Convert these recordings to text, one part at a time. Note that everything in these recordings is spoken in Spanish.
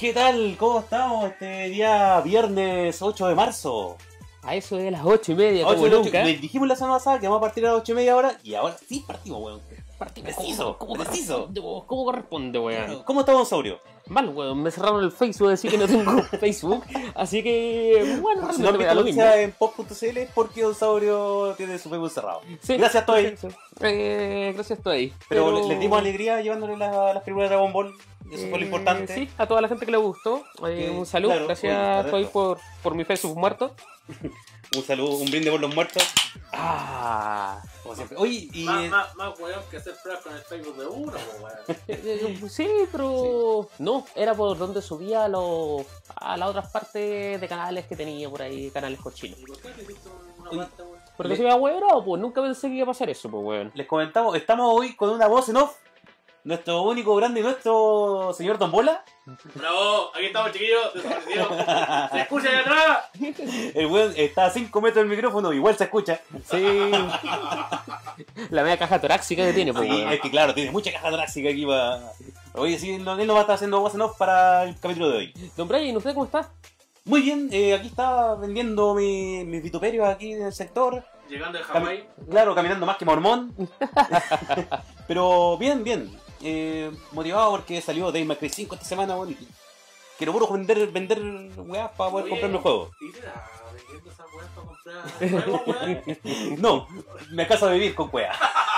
¿Qué tal? ¿Cómo estamos este día viernes 8 de marzo? A eso de las 8:30, como 8, nunca. les dijimos la semana pasada que vamos a partir a las 8:30 ahora y ahora sí partimos, weón. Partimos Preciso, como preciso. ¿Cómo corresponde, weón? ¿Cómo estamos, Saurio? Mal, weón, me cerraron el Facebook, así que no tengo Facebook. Así que, bueno, Si no han realmente me visto da lo mismo. noticias en pop.cl es porque Don Saurio tiene su Facebook cerrado. Sí, Gracias, Toy. sí. Gracias, Toy. Pero les dimos alegría llevándole las películas de Dragon Ball. Eso fue lo importante. Sí, a toda la gente que le gustó. Un saludo, claro, gracias, oye, Toy, por mi Facebook muerto. Un saludo, un brinde por los muertos. Como Siempre. Oye, y Más weón que hacer pruebas con el Facebook de uno, weón. Sí, pero no, era por donde subía a las otras partes de canales que tenía por ahí, canales cochinos. ¿Y por qué te hiciste una parte, weón? Porque se me había huevo, pues nunca pensé que iba a pasar eso, pues weón. les comentamos, estamos hoy con una voz en off. Nuestro único grande y nuestro señor Don Bola. ¡Bravo! Aquí estamos, chiquillos, desaparecidos. ¡Se escucha allá atrás! El weón está a 5 metros del micrófono, igual se escucha. Sí. La media caja torácica que tiene, pues Sí, weón. es que claro, tiene mucha caja torácica aquí para... Oye, sí, él nos va a estar haciendo voz en off para el capítulo de hoy. Don Brian, ¿usted cómo está? Muy bien, aquí está vendiendo mis vituperios aquí en el sector. Llegando de Hawái. Claro, caminando más que mormón. Pero bien, bien. Motivado porque salió Devil May Cry 5 esta semana, bueno, y quiero puro vender weas para poder Oye, comprarme el juego. ¿Y te la vendiendo esas weas para comprar juegos, weón? No, me caso de vivir con weas.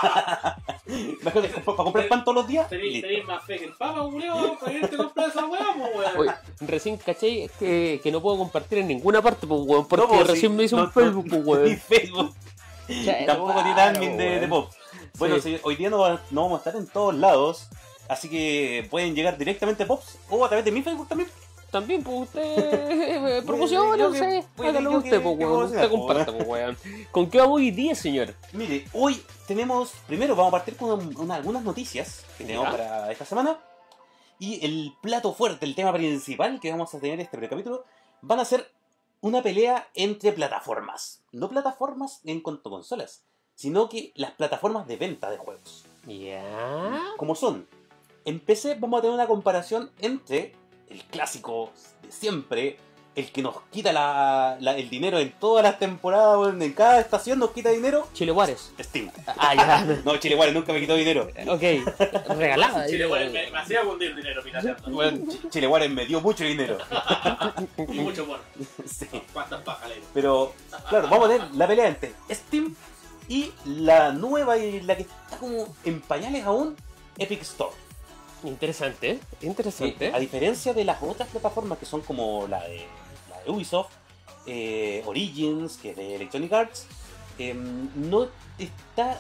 Para comprar pan todos los días. Tenéis más fe que el papa, weón, para irte a comprar esa wea, weón. Oye, recién caché que no puedo compartir en ninguna parte, pues weón, porque No, pues, recién sí, me hizo no, un Facebook, pues Ni weón. Facebook. Ya, Tampoco tiene raro, admin de weón. pop. Bueno, Sí. sí, hoy día no vamos a estar en todos lados. Así que pueden llegar directamente a Pops o a través de mi Facebook también. También, pues usted promociona, yo no que- sé, pues, hágalo yo usted, que- pues que weón, promociona, usted comparta, pues weón. ¿Con qué vamos hoy día, señor? Mire, hoy tenemos, primero vamos a partir con algunas noticias que tenemos Ya. para esta semana. Y el plato fuerte, el tema principal que vamos a tener este precapítulo, van a ser una pelea entre plataformas. No plataformas en cuanto a consolas, sino que las plataformas de venta de juegos. Ya. Como son, en PC vamos a tener una comparación entre el clásico de siempre, el que nos quita el dinero en todas las temporadas, bueno, en cada estación nos quita dinero, Chile Juárez. Steam. Ah, ya. No, Chile Juárez nunca me quitó dinero. Ok. Regalada. Chile, weón, me hacía hundir dinero pirateando. Bueno, Chile Juárez me dio mucho dinero. Y mucho bueno. Sí. ¿Cuántas pajas le Pero, claro, vamos a tener la pelea entre Steam y la nueva y la que está como en pañales aún, Epic Store. Interesante, ¿eh? Interesante. A diferencia de las otras plataformas que son como la de Ubisoft, Origins, que es de Electronic Arts, no está...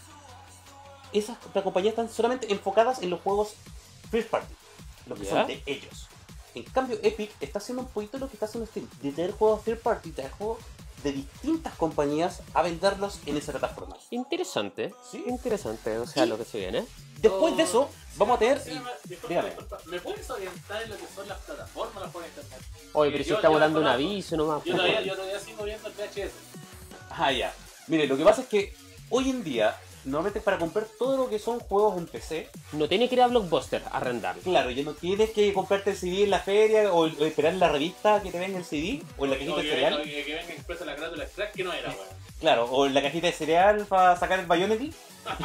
Esas compañías están solamente enfocadas en los juegos first party, los que Ya. son de ellos. En cambio, Epic está haciendo un poquito lo que está haciendo Steam, de tener juegos third party, de tener juegos de distintas compañías a venderlos en esa plataforma. Interesante. Sí. Interesante, o sea, Y- lo que se viene. Después de eso, vamos a tener... Disculpa, dígame. ¿me puedes orientar en lo que son las plataformas por internet? Oye, pero si Yo- estamos yo dando un desconozco. aviso nomás. Yo todavía sigo viendo el VHS. Ah, ya. Mire, lo que pasa es que hoy en día, normalmente para comprar todo lo que son juegos en PC, No tiene que ir a Blockbuster a arrendar. claro, ya no tienes que comprarte el CD en la feria o esperar en la revista que te venga el CD o en la cajita de cereal. Que venga expresa la carátula extract que no era, weón. Claro, o en la cajita de cereal para sacar el Bayonetta.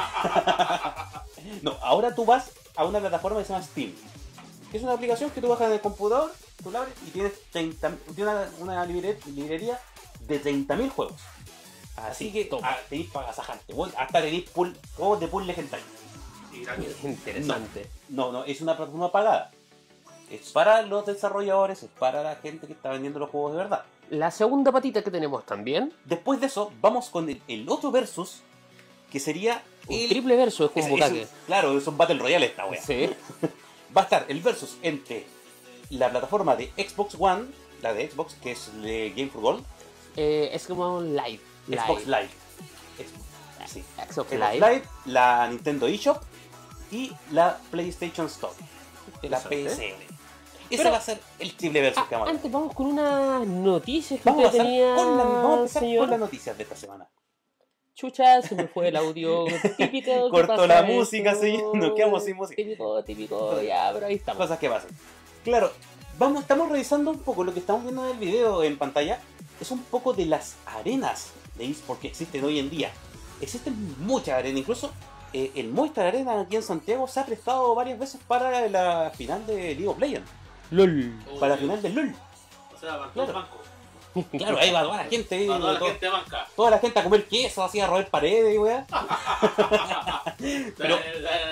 No, ahora tú vas a una plataforma que se llama Steam, que es una aplicación que tú bajas en el computador, tú la abres y tienes una librería de 30.000 juegos. Así que toma. tenéis para agasajarte, bueno, hasta tenéis juegos de pool legendarios. Y gracias. Interesante. No, es una plataforma pagada. Es para los desarrolladores, es para la gente que está vendiendo los juegos de verdad. La segunda patita que tenemos también, Después de eso, vamos con el otro versus, que sería un triple verso es como bucaque. claro, es un Battle Royale esta wea. Sí. Va a estar el versus entre la plataforma de Xbox One, la de Xbox, que es de Game for Gold, Es como un live. Xbox Live. Sí. Xbox Xbox Live. Live, la Nintendo eShop y la PlayStation Store, la Interesante. PSN. Ese Pero- va a ser el triple versus que vamos a tener. Antes vamos con unas noticias que Vamos a, usted tenía, vamos a empezar señor. con las noticias de esta semana. Chucha, se me fue el audio típico. ¿qué Cortó pasa la esto? música, señor, nos quedamos sin música. Típico, ya, pero ahí estamos. Cosas que pasan. Claro, Estamos revisando un poco lo que estamos viendo en el video en pantalla. Es un poco de las arenas de eSport que existen hoy en día. Existen muchas arenas, incluso el Movistar Arena aquí en Santiago se ha prestado varias veces para la final de League of Legends. LOL. Para la final del LOL. O sea, van Claro. todos bancos. Claro, ahí va toda la gente. Va toda la todo- gente banca. toda la gente a comer queso, así a roer paredes y weá. Pero-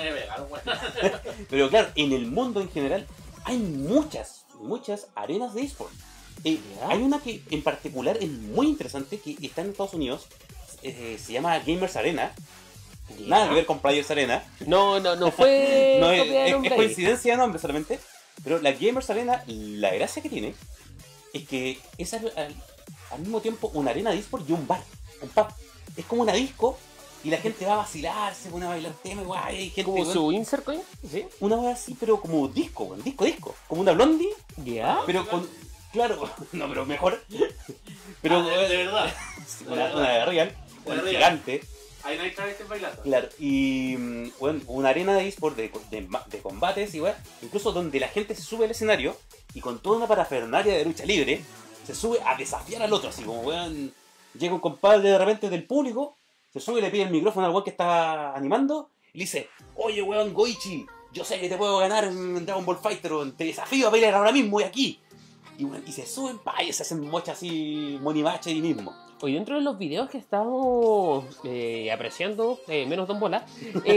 Pero claro, en el mundo en general hay muchas arenas de eSport. Hay una que en particular es muy interesante, que está en Estados Unidos. Se llama Gamers Arena. Nada que ver con Players Arena. No fue No, copia de es nombre ahí. coincidencia de nombre solamente. Pero la Gamers Arena, la gracia que tiene es que es al mismo tiempo una arena de eSport y un bar, un pub. Es como una disco y la gente va a vacilar, se pone a bailar tema, guay, hay gente, Como weón, su insert coin, ¿sí? una vez así, pero como disco, weón, disco, como una blondie, ¿Ya? pero con, claro, no, pero mejor, pero de verdad. una de real, De una real. gigante, Ahí no hay travestis bailando. claro, y bueno, una arena de eSport de combates y weón, incluso donde la gente se sube al escenario y con toda una parafernalia de lucha libre, se sube a desafiar al otro, así como weón, llega un compadre de repente del público, se sube y le pide el micrófono al weón que está animando y le dice, oye weón Goichi, yo sé que te puedo ganar en Dragon Ball Fighter, weón, te desafío a pelear ahora mismo y aquí. Y, weón, y se suben, y se hacen mochas así, monimache ahí mismo. Hoy dentro de los videos que estamos apreciando, menos Don Bola,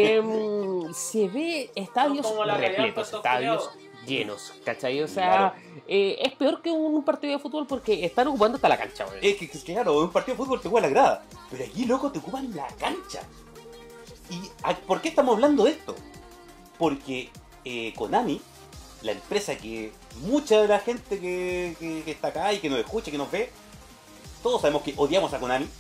se ve estadios Son como la realidad repletos, puestos estadios culiados. llenos, ¿cachai? O sea, Claro. es peor que un partido de fútbol porque están ocupando hasta la cancha, weón. Es que claro, en un partido de fútbol te ocupan la grada, pero aquí, loco, te ocupan la cancha. ¿Y por qué estamos hablando de esto? Porque Konami, la empresa que mucha de la gente que está acá y que nos escucha, que nos ve, todos sabemos que odiamos a Konami,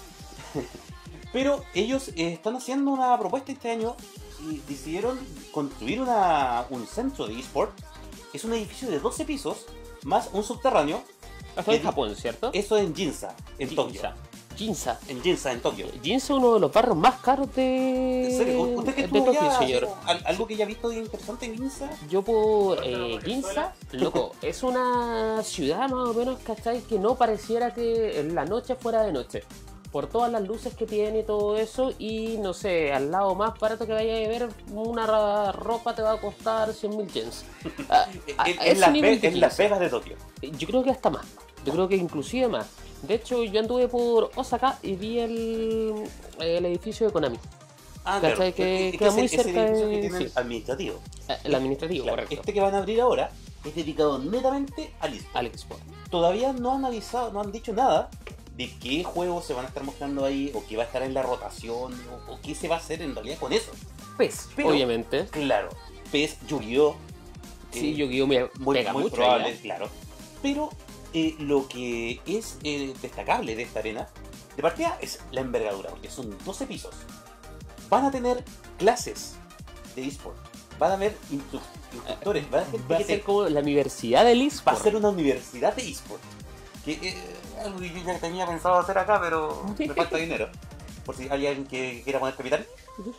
pero ellos están haciendo una propuesta este año y decidieron construir un centro de eSport. Es un edificio de 12 pisos más un subterráneo. Esto es en Japón, ¿cierto? Eso en Ginza, en Tokio. Ginza. En Ginza, en Tokio. Ginza es uno de los barrios más caros ¿En serio? ¿Usted que de estuvo Tokio, ya, señor. algo que ya ha visto de interesante en Ginza? Yo por Cuéntanos, Ginza, loco, es una ciudad más o menos, ¿cachai? Que no pareciera que en la noche fuera de noche. Por todas las luces que tiene y todo eso. Y no sé, al lado más barato que vaya a ver, una ropa te va a costar 100.000 yens. En Las Vegas de Tokio. Yo creo que hasta más. Yo creo que inclusive más. De hecho, yo anduve por Osaka y vi el edificio de Konami. Ah, ¿Cachai? Que queda muy ese cerca edificio de- que tienen sí. administrativo. El administrativo, Claro, correcto. este que van a abrir ahora es dedicado netamente al eSport. Alex Sport. Todavía no han avisado, no han dicho nada de qué juegos se van a estar mostrando ahí, o qué va a estar en la rotación, o qué se va a hacer en realidad con eso. PES, Pero- obviamente. Claro, PES, Yu-Gi-Oh! Sí, Yu-Gi-Oh! Me muy, pega muy mucho. probable, ¿ya? claro. Pero lo que es destacable de esta arena, de partida, es la envergadura, porque son 12 pisos. Van a tener clases de eSport, van a haber instructores, van a, gente Va a que ser te- como la universidad del va a eSport. ser una universidad de eSport. Que algo que yo ya tenía pensado hacer acá, pero me falta dinero. Por si hay alguien que quiera poner capital.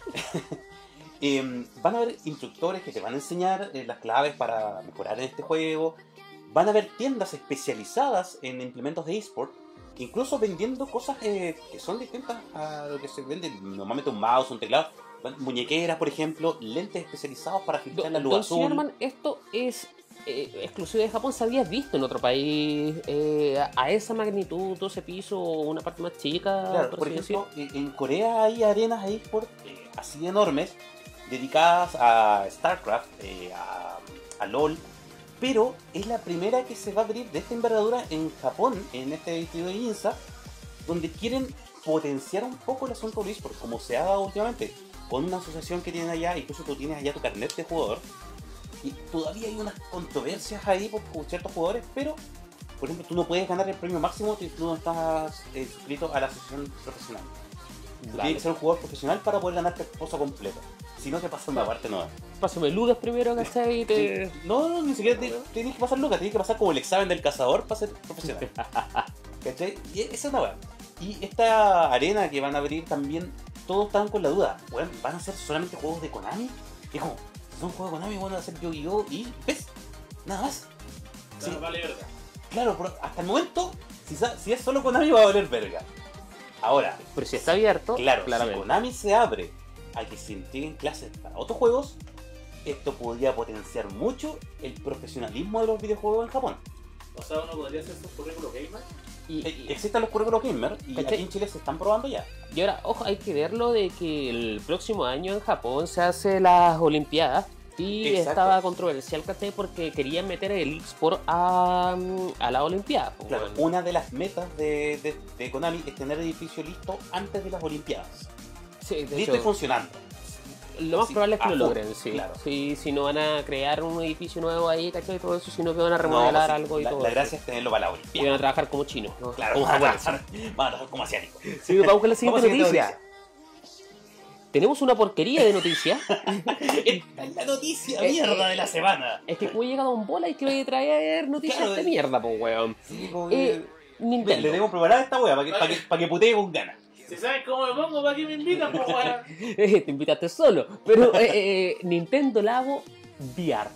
Van a haber instructores que te van a enseñar las claves para mejorar en este juego. Van a haber tiendas especializadas en implementos de eSport, incluso vendiendo cosas que son distintas a lo que se vende normalmente, un mouse, un teclado. Muñequeras, por ejemplo, lentes especializados para filtrar la luz Don azul. Zimmerman, esto es exclusivo de Japón. ¿Se había visto en otro país a esa magnitud, 12 pisos, una parte más chica? Claro, por así ejemplo, en Corea hay arenas de eSport así enormes, dedicadas a StarCraft, a LOL, pero es la primera que se va a abrir de esta envergadura en Japón, en este distrito de Ginza, donde quieren potenciar un poco el asunto del eSport, como se ha dado últimamente, con una asociación que tienen allá, incluso tú tienes allá tu carnet de jugador, y todavía hay unas controversias ahí por ciertos jugadores, pero, por ejemplo, tú no puedes ganar el premio máximo si tú no estás suscrito a la asociación profesional. Tú Vale. tienes que ser un jugador profesional para poder ganarte el pozo completo. Si no, te pasa una parte nueva. Pásame ludas primero, ¿cachai? Y te... No, ni siquiera tienes que pasar loca, tienes que pasar como el examen del cazador para ser profesional. ¿Cachai? Y esa es una weá. Y esta arena que van a abrir también, todos estaban con la duda. Bueno, ¿van a ser solamente juegos de Konami? Y es como, si son juegos de Konami, van a hacer Yu-Gi-Oh! Y PES. Nada más. Sí. Vale, verga. Claro, pero hasta el momento, si es solo Konami va a valer verga. Ahora, Pero si está abierto, claro, si claramente. Konami se abre a que se integren clases para otros juegos, esto podría potenciar mucho el profesionalismo de los videojuegos en Japón. O sea, uno podría hacer su currículo gamer. Existen los currículos gamer y ¿Cachai? aquí en Chile se están probando ya. Y ahora, ojo, hay que verlo de que el próximo año en Japón se hace las Olimpiadas. Y Exacto. estaba controversial, ¿cachai? Porque querían meter el eSport a la Olimpiada. Pues, Claro, bueno. una de las metas de Konami es tener el edificio listo antes de las Olimpiadas. Sí, de Listo y hecho, funcionando. lo más sí, probable es que a lo full, logren, sí. claro. Sí, si no van a crear un edificio nuevo ahí, ¿cachai? Todo eso, sino que van a remodelar No, algo y la, todo la eso. gracia es tenerlo para la Y van Olimpiada. a trabajar como chinos, ¿no? Claro, Como van a japoneses. trabajar como asiáticos. Sí, vamos con la siguiente Vamos a la noticia. Tenemos una porquería de noticia. Esta es la noticia mierda de la semana. Es que como llega Don Bola y que traer noticias Claro, de mierda, pues, weón. Sí, como Eh, que- Nintendo. Le tengo preparada esta wea para que putee con ganas. Si sabes cómo me pongo, ¿para qué me invitan, po, weón? Te invitaste solo. Pero Nintendo Labo VR.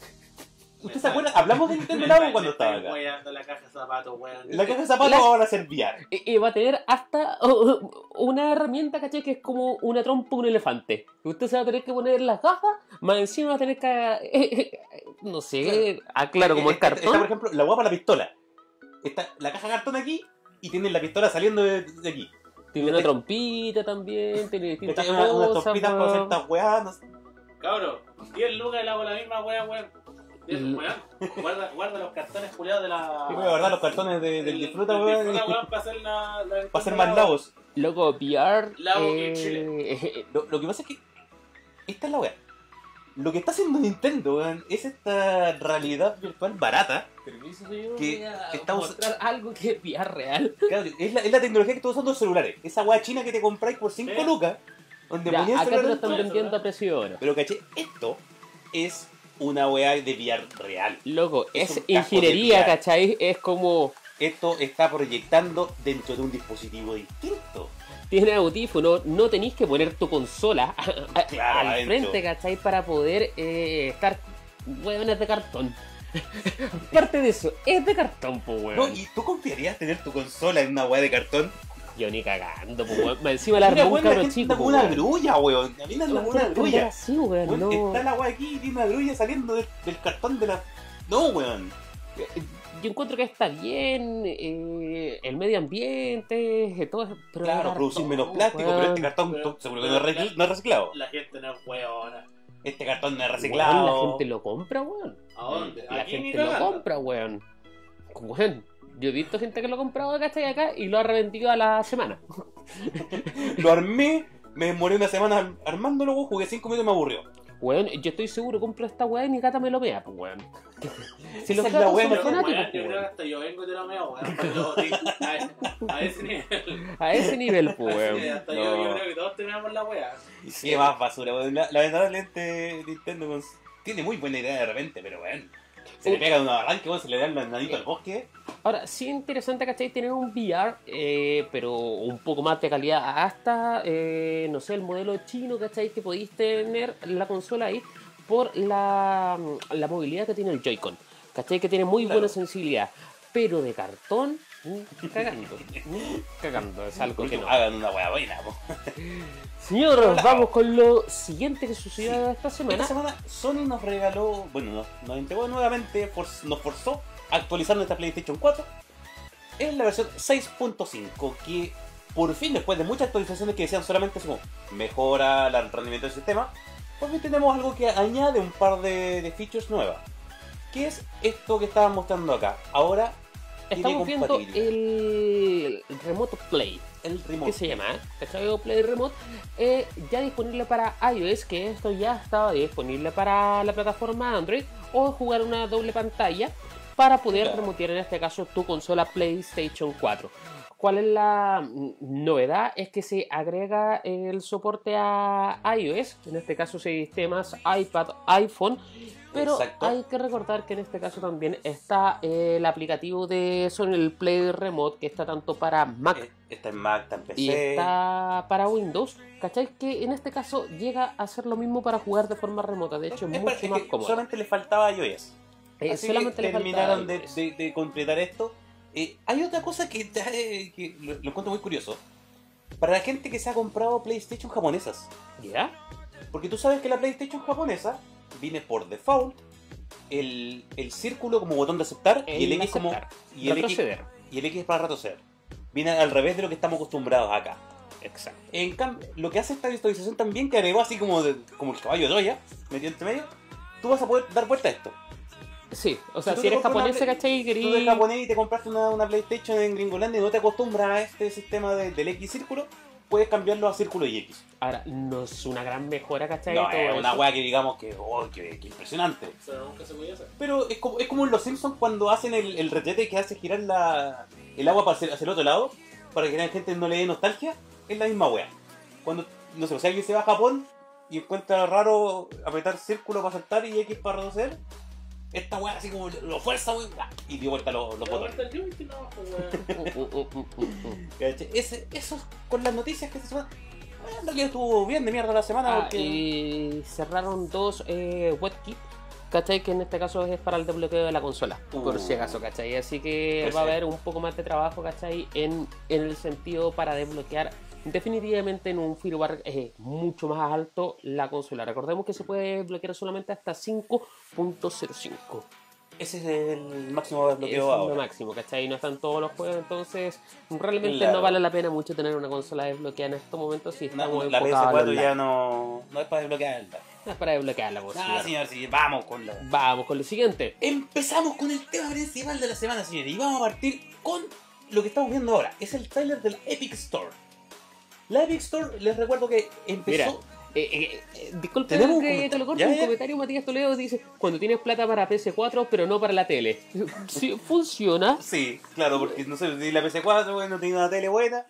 ¿Usted se acuerda? Hablamos de Nintendo Labo cuando estaba acá. Weando la caja de zapatos, weón. La caja de zapatos La- ahora va a ser VR. Va a tener hasta una herramienta, ¿cachai? Que es como una trompa de un elefante. Usted se va a tener que poner las gafas, más encima va a tener que... no sé, claro, como el Está, por cartón. ejemplo, la wea para la pistola. Está la caja de cartón aquí y tiene la pistola saliendo de aquí. Tiene una trompita también, tiene distintas Unas cosas. trompitas para hacer weón. estas weas. No sé. Cabrón, 10 lucas y le hago la misma weón. 10, Mm. weón. Guarda los cartones culiados de la. Sí, voy a guardar los cartones del disfruta, weón. Disfruta, para hacer la Para ser más lavos. Loco, VR... Labo en Chile. Lo que pasa es que esta es la wea. Lo que está haciendo Nintendo, weón, es esta realidad virtual barata. Permiso, señor, Que voy a estamos- mostrar algo que es VR real. Claro, es la tecnología que están usando los celulares. Esa wea china que te compráis por 5 Sí. lucas. Donde Ya, ponías el acá te lo celular están dentro. vendiendo a precio de oro. Pero caché, esto es una wea de VR real. Loco, Es es un casco ingeniería, de VR. ¿cachai? Es como... Esto está proyectando dentro de un dispositivo distinto. Tienes audífono, no tenéis que poner tu consola Claro, al adentro. frente, ¿cachai? Para poder estar... Weón, es de cartón. Aparte de eso, es de cartón, po, weón. No, ¿y tú confiarías tener tu consola en una wea de cartón? Yo ni cagando, po, weón. Más encima la Mira, armó un weón, la cabro gente chico, anda po, con una weón. grulla, weón. A mí me anda con una grulla. así, weón, Weón, no. está la wea aquí y tiene una grulla saliendo del cartón de la... No, weón. Yo encuentro que está bien, el medio ambiente, todo eso, pero Claro, cartón, producir menos plástico, pero este cartón Pero- seguro que no es reciclado. La gente no es weona. Este cartón no es weón, reciclado. la gente lo compra, weón. ¿A dónde? La Aquí ni gente lo cagando. compra, weón. Weón, yo he visto gente que lo ha comprado acá y acá y lo ha revendido a la semana. Lo armé, me demoré una semana armándolo, weón, jugué 5 minutos y me aburrió. Weón, yo estoy seguro, compro esta weá y mi gata me lo mea, pues weón. Si Esa los es la gatos weá, son Pero, fanáticos, weón, yo pues, creo que weón. hasta yo vengo de la mea, weón. Pero, sí, a ese nivel. A ese nivel, pues Así que weón. hasta No. yo creo que todos tenemos la wea. Y qué más basura, weón. Lamentablemente Nintendo tiene muy buena idea de repente, pero weón. Se le pega de un arranque, weón, se le da el nadito al bosque. Ahora, sí es interesante, ¿cachai? Tener un VR, pero un poco más de calidad. Hasta, no sé, el modelo chino, ¿cachai? Que podéis tener la consola ahí por la movilidad que tiene el Joy-Con. ¿Cachai? Que tiene muy Claro. buena sensibilidad. Pero de cartón, cagando. Cagando, es algo que no. Hagan una weá buena, po. Señores, Hola. vamos con lo siguiente que sucedió esta semana. Esta semana Sony nos regaló, bueno, nos entregó nuevamente, nos forzó a actualizar nuestra PlayStation 4 en la versión 6.5, que por fin, después de muchas actualizaciones que decían solamente así como mejora el rendimiento del sistema, por fin tenemos algo que añade un par de features nuevas. ¿Qué es esto que estaban mostrando acá? Ahora Estamos tiene viendo compatibilidad. el Remote Play. El remote. ¿Qué se llama? ¿Cachai? O Play Remote. Ya disponible para iOS, que esto ya estaba disponible para la plataforma Android, o jugar una doble pantalla para poder Claro. remotear en este caso tu consola PlayStation 4. ¿Cuál es la novedad? Es que se agrega el soporte a iOS, en este caso sistemas iPad, iPhone, pero Exacto. hay que recordar que en este caso también está el aplicativo de Sony, el Play Remote, que está tanto para Mac Está en Mac, está en PC. y está para Windows, ¿cachai? Que en este caso llega a ser lo mismo para jugar de forma remota, de hecho es Es mucho más que cómodo. solamente le faltaba iOS. Así solamente que le terminaron falta eso. de completar esto. Hay otra cosa que lo encuentro muy curioso. Para la gente que se ha comprado PlayStation japonesas. ¿Ya? Porque tú sabes que la PlayStation japonesa viene por default el círculo como botón de aceptar y el X como... aceptar, Y el X, retroceder. y el X para retroceder. Viene al revés de lo que estamos acostumbrados acá. Exacto. En cambio, lo que hace esta visualización también, que agregó así como, como el caballo de Troya, metido entre medio, tú vas a poder dar vuelta a esto. Sí, o sea, tú si te eres compras japonés, una ¿cachai? Tú eres Querí... japonés y te compraste una PlayStation en Gringolandia y no te acostumbras a este sistema del X círculo, puedes cambiarlo a círculo y X. Ahora, no es una gran mejora, ¿cachai? No, Todo es una eso. weá que digamos que, oh, que impresionante. Eso nunca se podía hacer. Pero es como en Los Simpsons cuando hacen el retrete que hace girar el agua hacia el otro lado, para que la gente no le dé nostalgia, es la misma wea. Cuando, no sé, si alguien se va a Japón y encuentra raro apretar círculo para saltar y X para retroceder, esta wea así como lo fuerza, wea, y dio vuelta los botones. ¿Cachai? Eso con las noticias que se suman. En realidad estuvo bien de mierda la semana porque... Y cerraron dos WebKit, ¿cachai? Que en este caso es para el desbloqueo de la consola, por si acaso, ¿cachai? Así que Pues va a sí. haber un poco más de trabajo, ¿cachai? En el sentido para desbloquear definitivamente en un firmware mucho más alto la consola. Recordemos que se puede bloquear solamente hasta 5.05. Ese es el máximo Es desbloqueo lo ahora. máximo, ¿cachai? No están todos los juegos, entonces realmente Claro. no vale la pena mucho tener una consola desbloqueada en estos momentos si estamos La enfocados al PS4 online. ya no es para desbloquearla. No es para desbloquearla, por No, señor. señor, sí, vamos con la... Vamos con lo siguiente. Empezamos con el tema principal de la semana, señores. Y vamos a partir con lo que estamos viendo ahora. Es el trailer de la Epic Store. La Epic Store, les recuerdo que empezó... Disculpe Tenemos un que comentario. te lo corte, Ya, un ya. comentario. Matías Toledo dice: cuando tienes plata para PS4, pero no para la tele. Sí, funciona. Sí, claro, porque no sé, si la PS4 bueno, no tiene una tele buena.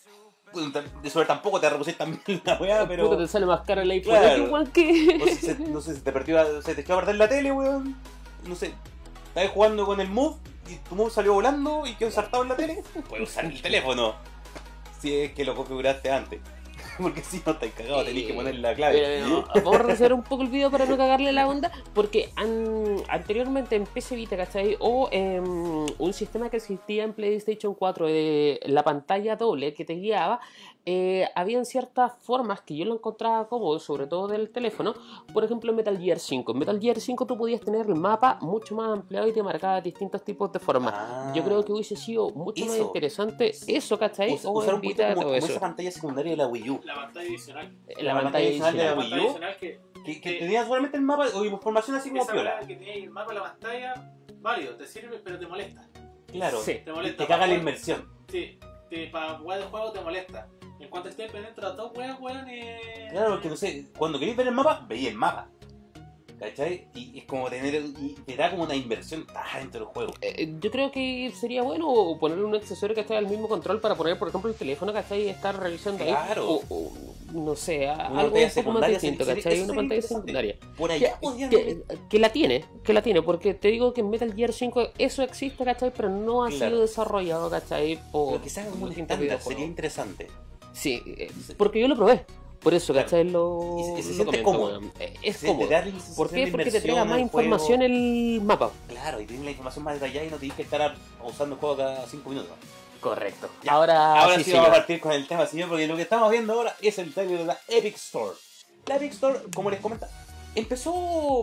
De sobre tampoco te reproducís tan bien la weá, pero... Puta, te sale más caro el iPhone. Claro. Igual que. No sé si te perdió, se te echó a perder la tele, weón. No sé, estabas jugando con el Move y tu Move salió volando y quedó ensartado en la tele. Puedes usar el teléfono. Si es que lo configuraste antes. Porque si no estás cagado, tenés que poner la clave. Vamos a revisar un poco el video para no cagarle la onda. Porque anteriormente en PC Vita, ¿cachai? O un sistema que existía en PlayStation 4 de la pantalla doble que te guiaba. Habían ciertas formas que yo lo encontraba cómodo, sobre todo del teléfono. Por ejemplo, en Metal Gear 5. En Metal Gear 5 tú podías tener el mapa mucho más ampliado y te marcaba distintos tipos de formas. Ah. Yo creo que hubiese sido mucho más Eso. interesante eso, ¿cachai? O Usar en un poquito Vita, como, todo como eso. esa pantalla secundaria de la Wii U. La pantalla adicional. La pantalla adicional de la adicional. La Wii pantalla U. adicional Que tenía solamente el mapa o información así como esa piola. manera que tiene el mapa de la pantalla, válido, te sirve, pero te molesta. Claro, Sí. Te molesta. te caga la Para- inmersión. Sí, para jugar el juego te molesta. En cuanto estés pendiente de las dos weas, weón, Claro, porque no sé, cuando queréis ver el mapa, veis el mapa. ¿Cachai? Y es como tener. Y te da como una inversión dentro del juego. Yo creo que sería bueno ponerle un accesorio que esté al mismo control para poner, por ejemplo, el teléfono, ¿cachai? Y estar revisando Claro. ahí. O, no sé, Una algo pantalla un poco más secundaria distinto, sería- ¿cachai? eso Una sería pantalla interesante. secundaria. Por Que, allá podían. que la tiene, porque te digo que en Metal Gear 5 eso existe, ¿cachai? Pero no ha Claro. sido desarrollado, ¿cachai? Por Pero que se haga como un distintos estándar, videojuegos. sería interesante. Sí, porque yo lo probé. Por eso, Claro. ¿cachai? Lo, Y se lo siente comento, cómodo. weón. Es Sí, cómodo. te da la sensación ¿Por qué? de Porque te inmersión entrega más en el juego. información el mapa. Claro, y tienes la información más detallada y no tienes que estar usando el juego cada 5 minutos. Correcto. Ya. Ahora Ahora sí vamos a señor. partir con el tema, señor, porque lo que estamos viendo ahora es el trailer de la Epic Store. La Epic Store, como les comenta, empezó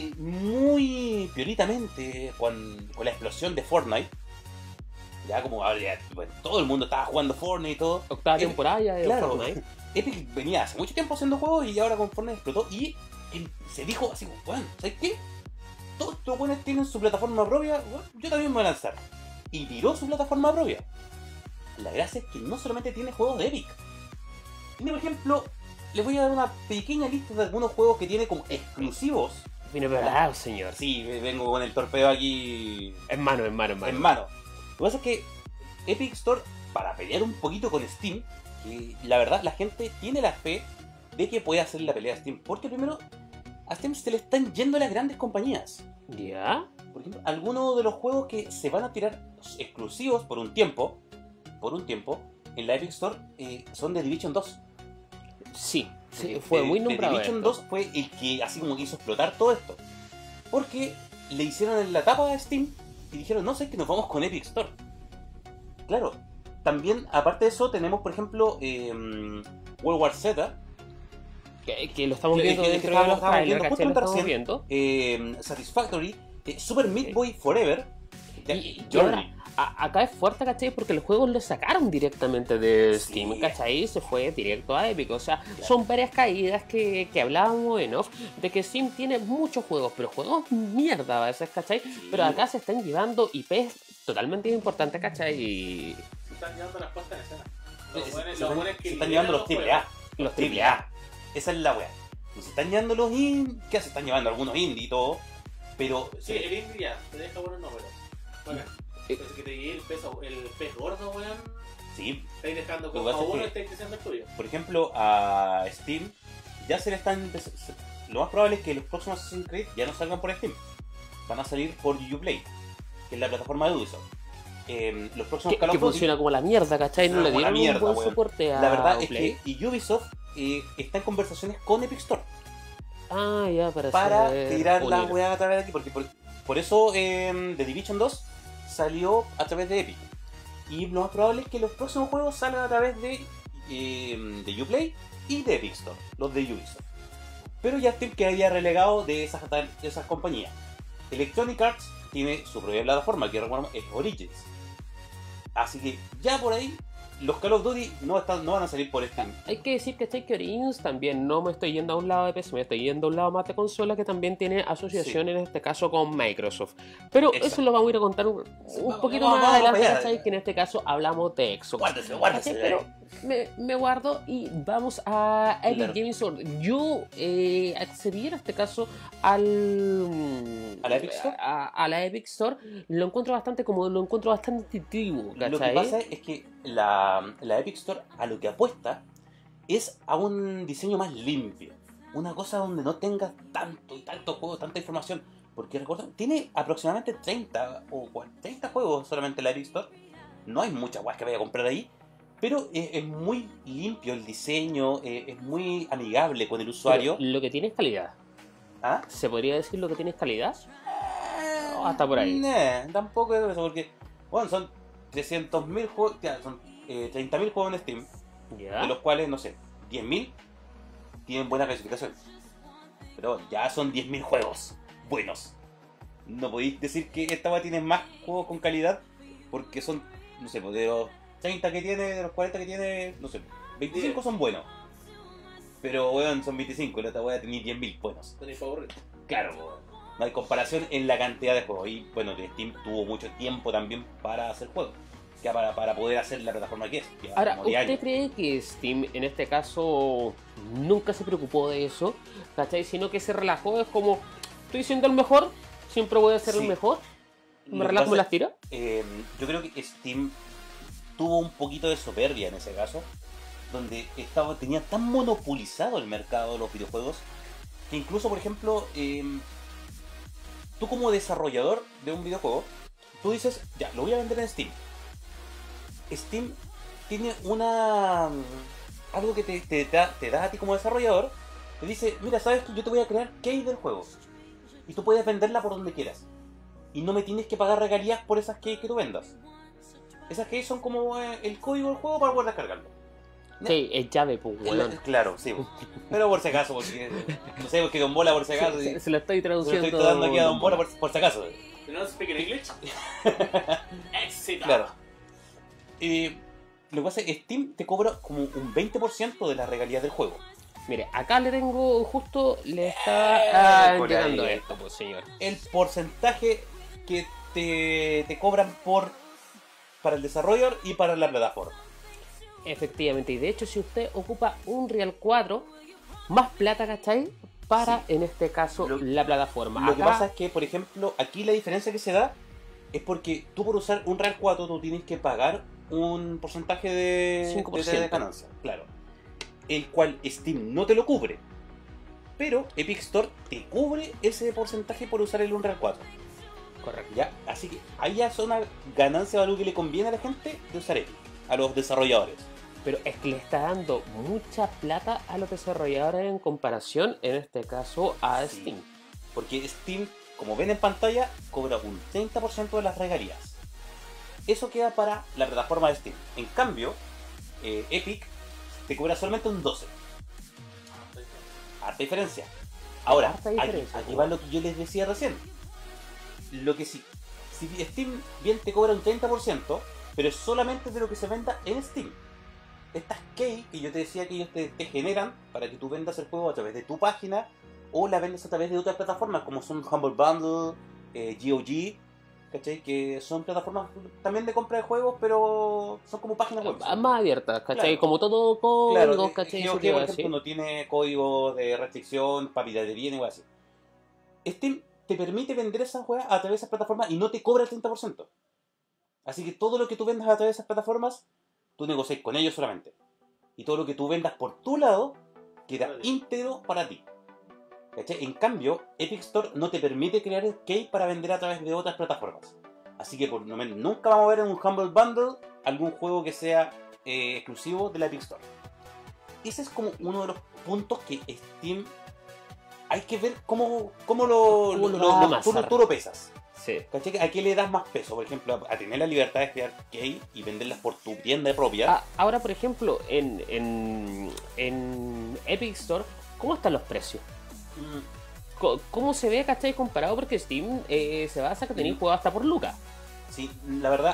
muy pioritamente con la explosión de Fortnite. Ya como ahora ya, bueno, todo el mundo estaba jugando Fortnite y todo. Octava temporada ya de Claro, Fortnite. Epic venía hace mucho tiempo haciendo juegos y ahora con Fortnite explotó y se dijo así como, bueno, ¿sabes qué? Todos estos buenos tienen su plataforma propia, bueno, yo también me voy a lanzar. Y tiró su plataforma propia. La gracia es que no solamente tiene juegos de Epic. Tiene, por ejemplo, les voy a dar una pequeña lista de algunos juegos que tiene como exclusivos. Viene preparado, señor. Sí, vengo con el torpedo aquí En mano. en mano. Lo que pasa es que Epic Store, para pelear un poquito con Steam, la verdad la gente tiene la fe de que puede hacer la pelea a Steam. Porque primero, a Steam se le están yendo las grandes compañías. ¿Ya? Por ejemplo, algunos de los juegos que se van a tirar exclusivos por un tiempo, en la Epic Store, son de Division 2. Sí, fue muy nombrado. Division esto. 2 fue el que así como hizo explotar todo esto. Porque le hicieron en la tapa a Steam y dijeron, no sé, que nos vamos con Epic Store. Claro, también, aparte de eso, tenemos, por ejemplo, World War Z. Que lo estamos viendo dentro de los trailers, ¿cachai? Lo estamos viendo. Satisfactory, Super Meat Boy Forever. Y ahora, acá es fuerte, ¿cachai? Porque los juegos los sacaron directamente de Steam, ¿cachai? Se fue directo a Epic. O sea, son varias caídas que hablábamos en off, de que Steam tiene muchos juegos, pero juegos mierda a veces, ¿cachai? Pero acá se están llevando IPs totalmente importantes, ¿cachai? Y Se están llevando las puestas en escena. Se están llevando los AAA. Los AAA. Esa es la wea. Se están llevando los indie, que se están llevando algunos indie y todo, pero... Sí, el indie ya, te deja buenos números. Bueno, entonces que te llegue el pez gordo, weón. Sí. Estáis dejando Lo que como pasa es uno que- estáis creciendo el tuyo. Por ejemplo, a Steam ya se le están... Lo más probable es que los próximos Assassin's Creed ya no salgan por Steam. Van a salir por Uplay, que es la plataforma de Ubisoft. Los próximos Call que of Duty... funciona como la mierda, ¿cachai? No le Como la dieron mierda, un buen weón. soporte a La verdad es Play. que Ubisoft está en conversaciones con Epic Store Ah, ya, para hacer tirar la unir. weá a través de aquí, porque por eso The Division 2 salió a través de Epic. Y lo más probable es que los próximos juegos salgan a través de Uplay y de Epic Store, los de Ubisoft. Pero ya Steam quedaría relegado de esas compañías. Electronic Arts tiene su propia plataforma, que recordamos es Origins. Así que ya por ahí los Call of Duty no van a salir por Steam. Hay que decir que Origins también no me estoy yendo a un lado de PC, me estoy yendo a un lado más de consola, que también tiene asociación en este caso con Microsoft. Pero Exacto. eso lo vamos a ir a contar un poquito vamos más adelante, para allá. ¿cachai? Que en este caso hablamos de Xbox. Guárdese. ¿Cachai? Pero me guardo y vamos a Epic Claro. Gaming Store. Yo accedí en este caso al ¿A la Epic Store? a la Epic Store. Lo encuentro bastante cómodo, lo encuentro bastante intuitivo, Lo que ¿cachai? pasa es que la Epic Store a lo que apuesta es a un diseño más limpio. Una cosa donde no tengas tanto juego, tanta información. Porque recuerda, tiene aproximadamente 30 o 30 juegos solamente la Epic Store. No hay muchas guas que vaya a comprar ahí. Pero es muy limpio el diseño, es muy amigable con el usuario. Pero lo que tiene es calidad. ¿Ah? ¿Se podría decir lo que tiene es calidad? Hasta por ahí. Tampoco es eso, porque bueno, son 300.000 juegos, ya, son 30.000 juegos en Steam, ¿Ya? de los cuales, no sé, 10.000 tienen buena clasificación. Pero ya son 10.000 juegos buenos. No podéis decir que esta va tiene más juegos con calidad, porque son, no sé, de los 30 que tiene, de los 40 que tiene, no sé, 25 son buenos. Pero, weón, son 25, y la otra weá tenía 10.000 buenos. Tenéis para aburrir. Claro, weón. No hay comparación en la cantidad de juegos. Y bueno, Steam tuvo mucho tiempo también para hacer juegos. Ya para poder hacer la plataforma que es. Lleva Ahora, como 10 ¿usted años. cree que Steam en este caso nunca se preocupó de eso? ¿Cachai? Sino que se relajó, es como, estoy siendo el mejor, siempre voy a ser el Sí. mejor, Lo me que relajo, me pasa- las tiro. Yo creo que Steam tuvo un poquito de soberbia en ese caso, donde tenía tan monopolizado el mercado de los videojuegos, que incluso, por ejemplo, tú como desarrollador de un videojuego, tú dices, ya, lo voy a vender en Steam. Steam tiene algo que te da a ti como desarrollador, te dice, mira, sabes que yo te voy a crear key del juego, y tú puedes venderla por donde quieras. Y no me tienes que pagar regalías por esas keys que tú vendas. Esas keys son como el código del juego para poder descargarlo. Sí, es llave, pues, weón. Claro, sí. Pero por si acaso, porque no sé, porque Don Bola por si acaso. Se lo estoy Se lo traduciendo. estoy dando aquí a Don Bola por si acaso. ¿You don't speak in English? Éxito. Claro. Lo que pasa es que Steam te cobra como un 20% de las regalías del juego. Mire, acá le tengo, justo le está por llegando ahí. esto, pues, señor. El porcentaje que te cobran para el desarrollador y para la plataforma. Efectivamente, y de hecho si usted ocupa un Real 4, más plata, ¿cachai? Para, Sí. en este caso, Lo- la plataforma. Lo que Acá- pasa es que, por ejemplo, aquí la diferencia que se da es porque tú por usar un Real 4 tú tienes que pagar un porcentaje de 5%. de ganancia, claro. El cual Steam no te lo cubre. Pero Epic Store te cubre ese porcentaje por usar el Unreal 4. Correcto. ¿Ya? Así que ahí ya es una ganancia o algo que le conviene a la gente de usar Epic, a los desarrolladores. Pero es que le está dando mucha plata a los desarrolladores en comparación, en este caso, a Sí. Steam. Porque Steam como ven en pantalla, cobra un 30% de las regalías. Eso queda para la plataforma de Steam. En cambio, Epic te cobra solamente un 12%. Harta diferencia. Ahora, Harta diferencia, aquí va lo que yo les decía recién. Lo que sí, si Steam bien te cobra un 30%, pero es solamente de lo que se venda en Steam. Estas key que yo te decía que ellos te generan para que tú vendas el juego a través de tu página o la vendas a través de otras plataformas como son Humble Bundle, GOG, ¿cachai? Que son plataformas también de compra de juegos, pero son como páginas web. Más abiertas, ¿cachai? Claro. Como todo Claro, código, ¿cachai? GOG, Eso te iba por a ejemplo, decir. no tiene código de restricción para piratería ni algo así. Steam te permite vender esas weas a través de esas plataformas y no te cobra el 30%. Así que todo lo que tú vendas a través de esas plataformas, tú negocias con ellos solamente. Y todo lo que tú vendas por tu lado, queda íntegro para ti. ¿Cachai? En cambio, Epic Store no te permite crear el key para vender a través de otras plataformas. Así que por lo menos nunca vamos a ver en un Humble Bundle algún juego que sea exclusivo de la Epic Store. Ese es como uno de los puntos que Steam hay que ver cómo tú lo pesas. Sí. ¿Cachai? ¿A qué le das más peso? Por ejemplo, a tener la libertad de crear key y venderlas por tu tienda propia. Ahora, por ejemplo, en Epic Store, ¿cómo están los precios? ¿Cómo se ve, cachai, comparado? Porque Steam se basa que tenéis juegos hasta por lucas. Sí, la verdad,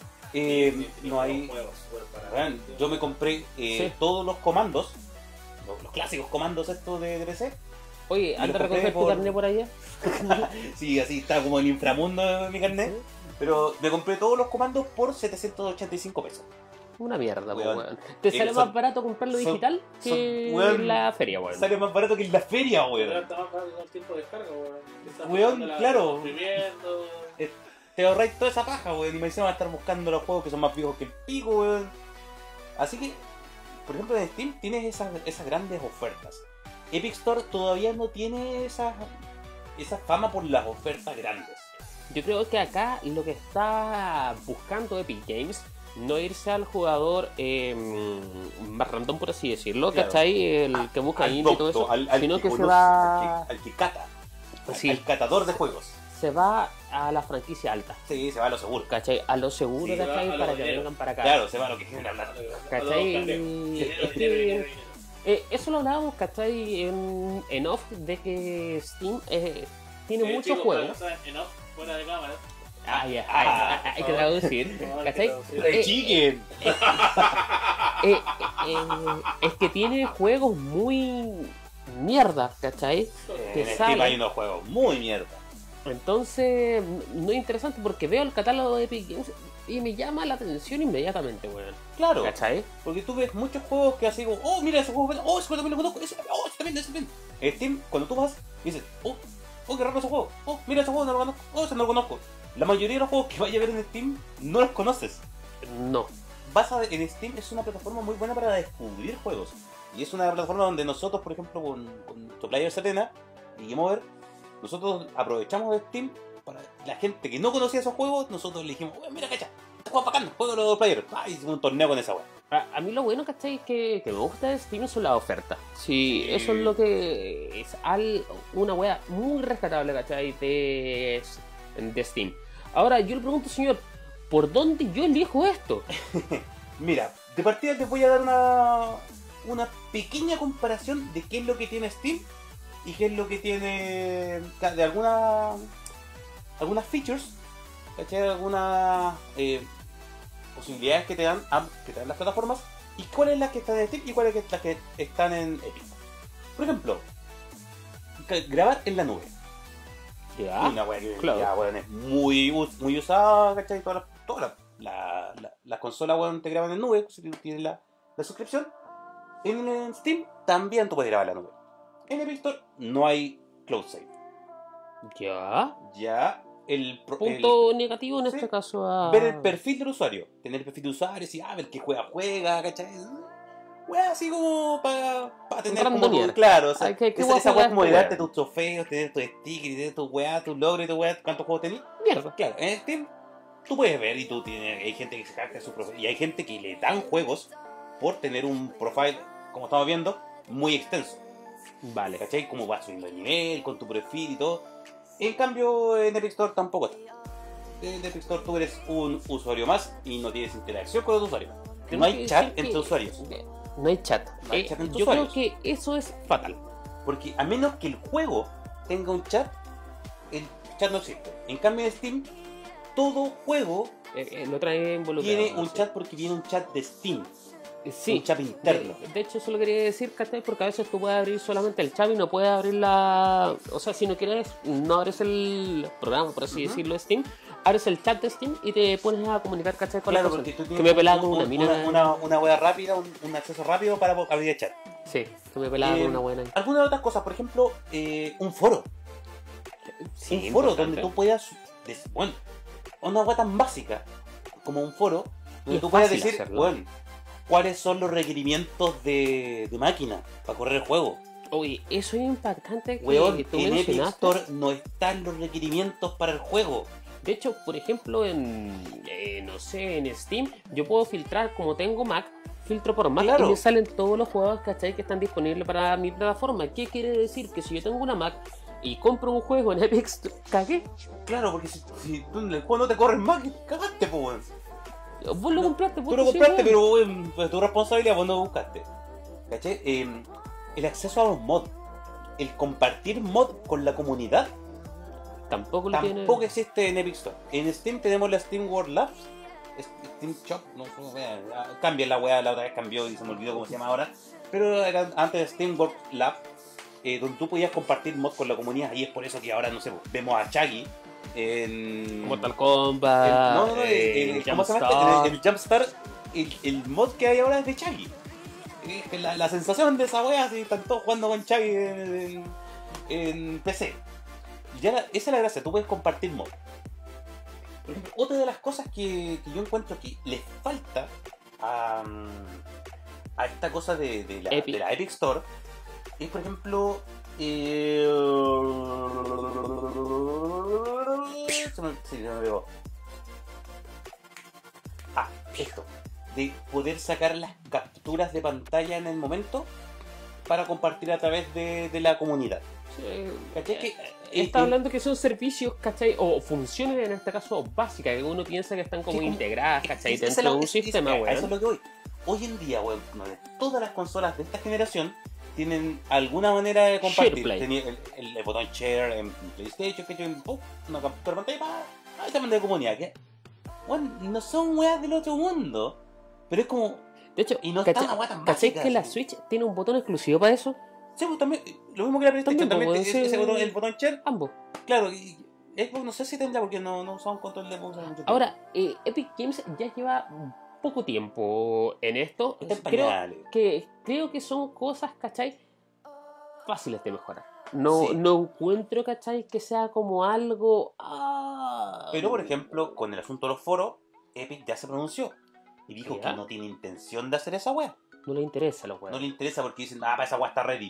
no hay... Bueno, yo me compré todos los comandos, los clásicos comandos estos de PC. Oye, Y anda a los compré recoger tu por- carnet por allá. Sí, así está como el inframundo de mi carnet. Pero me compré todos los comandos por 785 pesos. Una mierda, Weón. weón. Te sale son- más barato comprarlo son- digital que weón, en la feria, weón. Sale más barato que en la feria, Pero weón. está más fácil el tiempo de descarga, weón. Estás Weón, buscando la- claro. comprimiendo. Te ahorráis toda esa paja, weón. Y me van a estar buscando los juegos que son más viejos que el pico, weón. Así que, por ejemplo, en Steam tienes esas grandes ofertas. Epic Store todavía no tiene esa fama por las ofertas grandes. Yo creo que acá lo que está buscando Epic Games no irse al jugador más random, por así decirlo, Claro. ¿cachai? El que busca indie y todo eso, sino que se conoce, va, al que cata, Sí. al catador de juegos. se va a la franquicia alta, Sí, se va a lo seguro. ¿cachai? A lo seguro, Sí, se va ¿cachai? a lo Para que dinero. vengan para acá. Claro, se va a lo que genera plata. ¿Cachai? Es que Eso lo hablábamos, ¿cachai? En off, de que Steam tiene muchos juegos. En off, fuera de cámara. Hay que traducir, ¿cachai? Chicken. Es que tiene juegos muy mierda, ¿cachai? Que En Steam salen. hay unos juegos muy mierda. Entonces, no es interesante porque veo el catálogo de Epic Games y me llama la atención inmediatamente, weón. Claro, ¿Cachai? porque tú ves muchos juegos que así como, oh, mira ese juego, oh, ese juego también lo conozco, ese también. En Steam, cuando tú vas, dices, oh, qué raro ese juego, oh, mira ese juego, no lo conozco, oh, ese no lo conozco. La mayoría de los juegos que vayas a ver en Steam no los conoces. No. En Steam es una plataforma muy buena para descubrir juegos. Y es una plataforma donde nosotros, por ejemplo, con Toplayer Serena y Game Over, nosotros aprovechamos de Steam para la gente que no conocía esos juegos, nosotros le dijimos, mira, cacha, este juego es bacán, juego de los Players. Ah, hicimos un torneo con esa weá. A mí lo bueno, ¿cachai? Que me gusta de Steam son las ofertas. Sí, Sí. eso es lo que es una wea muy rescatable, ¿cachai? De Steam. Ahora, yo le pregunto, señor, ¿por dónde yo elijo esto? Mira, de partida te voy a dar una pequeña comparación de qué es lo que tiene Steam y qué es lo que tiene de algunas features, ¿cachai? Algunas posibilidades que te dan las plataformas y cuáles las que están en Steam y cuáles las que están en Epic. Por ejemplo, grabar en la nube. Ya. Una wea que claro. ya, weón, es muy usada, ¿cachai? Todas las consolas, weón, te graban en nube, si tú tienes la suscripción. En Steam también tú puedes grabar en la nube. En Epic Store no hay cloud save. Ya. Ya Punto negativo en sí. este caso ver el perfil del usuario. Tener el perfil de usuario, si ver qué juega, ¿cachai? Wea, así como para tener como Randomiar. claro, o sea, Ay, ¿qué esa wea wea jugaste, como de darte wea? tus trofeos, tener tus stickers, tener tus weas, tus logros y tus weas, cuántos juegos tenés. Mierda. Claro, en Steam tú puedes ver y hay gente que se jacta su profile y hay gente que le dan juegos por tener un profile, como estamos viendo, muy extenso. Vale. ¿Cachai? Como vas subiendo de nivel, con tu perfil y todo. En cambio, en Epic Store tampoco está. En Epic Store tú eres un usuario más y no tienes interacción con los usuarios. Tengo No que hay decir chat que entre usuarios. No hay chat. No hay chat entre Yo creo usuarios. que eso es fatal. Porque a menos que el juego tenga un chat, el chat no existe. En cambio en Steam, todo juego Lo trae involucrado. tiene un sí. chat porque viene un chat de Steam. Sí. Un chat interno. De hecho, eso lo quería decir, ¿cachai? Porque a veces tú puedes abrir solamente el chat y no puedes abrir la... O sea, si no quieres, no abres el programa, por así Ujú. decirlo, de Steam. Abres el chat de Steam y te pones a comunicar, ¿cachai? Con Claro, la porque persona. tú Que me pelaba con tienes una mina... una web rápida, un acceso rápido para abrir el chat. Sí, que me pelaba con una buena... Algunas otras cosas, por ejemplo, un foro. Sí, Un foro importante. donde tú puedas... Bueno, una web tan básica como un foro, Y donde es tú puedas fácil decir, hacerlo. bueno, cuáles son los requerimientos de máquina para correr el juego. Oye, eso es impactante que Weón, tú en Epic mencionaste. Store no están los requerimientos para el juego. De hecho, por ejemplo, no sé, en Steam, yo puedo filtrar, como tengo Mac, filtro por Mac Claro. y me salen todos los juegos, ¿cachai? Que están disponibles para mi plataforma. ¿Qué quiere decir? Que si yo tengo una Mac y compro un juego en Epic Store, ¿cagué? Claro, porque si tú en el juego no te corres más, cagaste, po, weón. Vos lo compraste, Tú lo compraste, pero weón, pues, tu responsabilidad, vos no lo buscaste. ¿Cachai? El acceso a los mods, el compartir mod con la comunidad, Tampoco lo tiene. tampoco existe en Epic Store. En Steam tenemos la Steam World Labs, Steam Shop, no sé, cambia la weá, la otra vez cambió y se me olvidó cómo se llama ahora. Pero era antes de Steam World Lab, donde tú podías compartir mods con la comunidad, y es por eso que ahora, no sé, vemos a Chaggy en... Mortal Kombat, no, ¿cómo se llama? Jumpstart. El Jumpstart, el mod que hay ahora es de Chaggy. La sensación de esa wea, si están todos jugando con Chaggy en PC. Esa es la gracia, tú puedes compartir mod. Por ejemplo, otra de las cosas que yo encuentro que les falta a esta cosa de la Epic Store es, por ejemplo, se me pegó. Esto, de poder sacar las capturas de pantalla en el momento para compartir a través de la comunidad. ¿Cachai? Que, Está hablando que son servicios, ¿cachai? O funciones en este caso básicas, que uno piensa que están como Sí, integradas, ¿cachai? esa es Dentro de un sistema, a eso es weón. lo que voy. Hoy en día, weón, todas las consolas de esta generación tienen alguna manera de compartir. SharePlay. Tenía el botón share en PlayStation, que yo una captura de pantalla para esta de comunidad. Que, bueno, no son weas del otro mundo, pero es como... De hecho, Y no está ¿cachai? una wea tan ¿Cachai básica, que la así? Switch tiene un botón exclusivo para eso? Sí, pues también, lo mismo que la PlayStation, También, también, pues, ese sí. botón, el botón share, Ambos. claro, y Xbox no sé si tendrá porque no usaba un control de Xbox hace mucho tiempo. Ahora, Epic Games ya lleva poco tiempo en esto. Está en Creo pañales. creo que son cosas, ¿cachai? Fáciles de mejorar. No, Sí. no encuentro, ¿cachai? Que sea como algo... Pero, por ejemplo, con el asunto de los foros, Epic ya se pronunció y dijo ¿Ya? que no tiene intención de hacer esa wea. No le interesa a los No juegos. le interesa porque dicen, para esa wea está Reddit.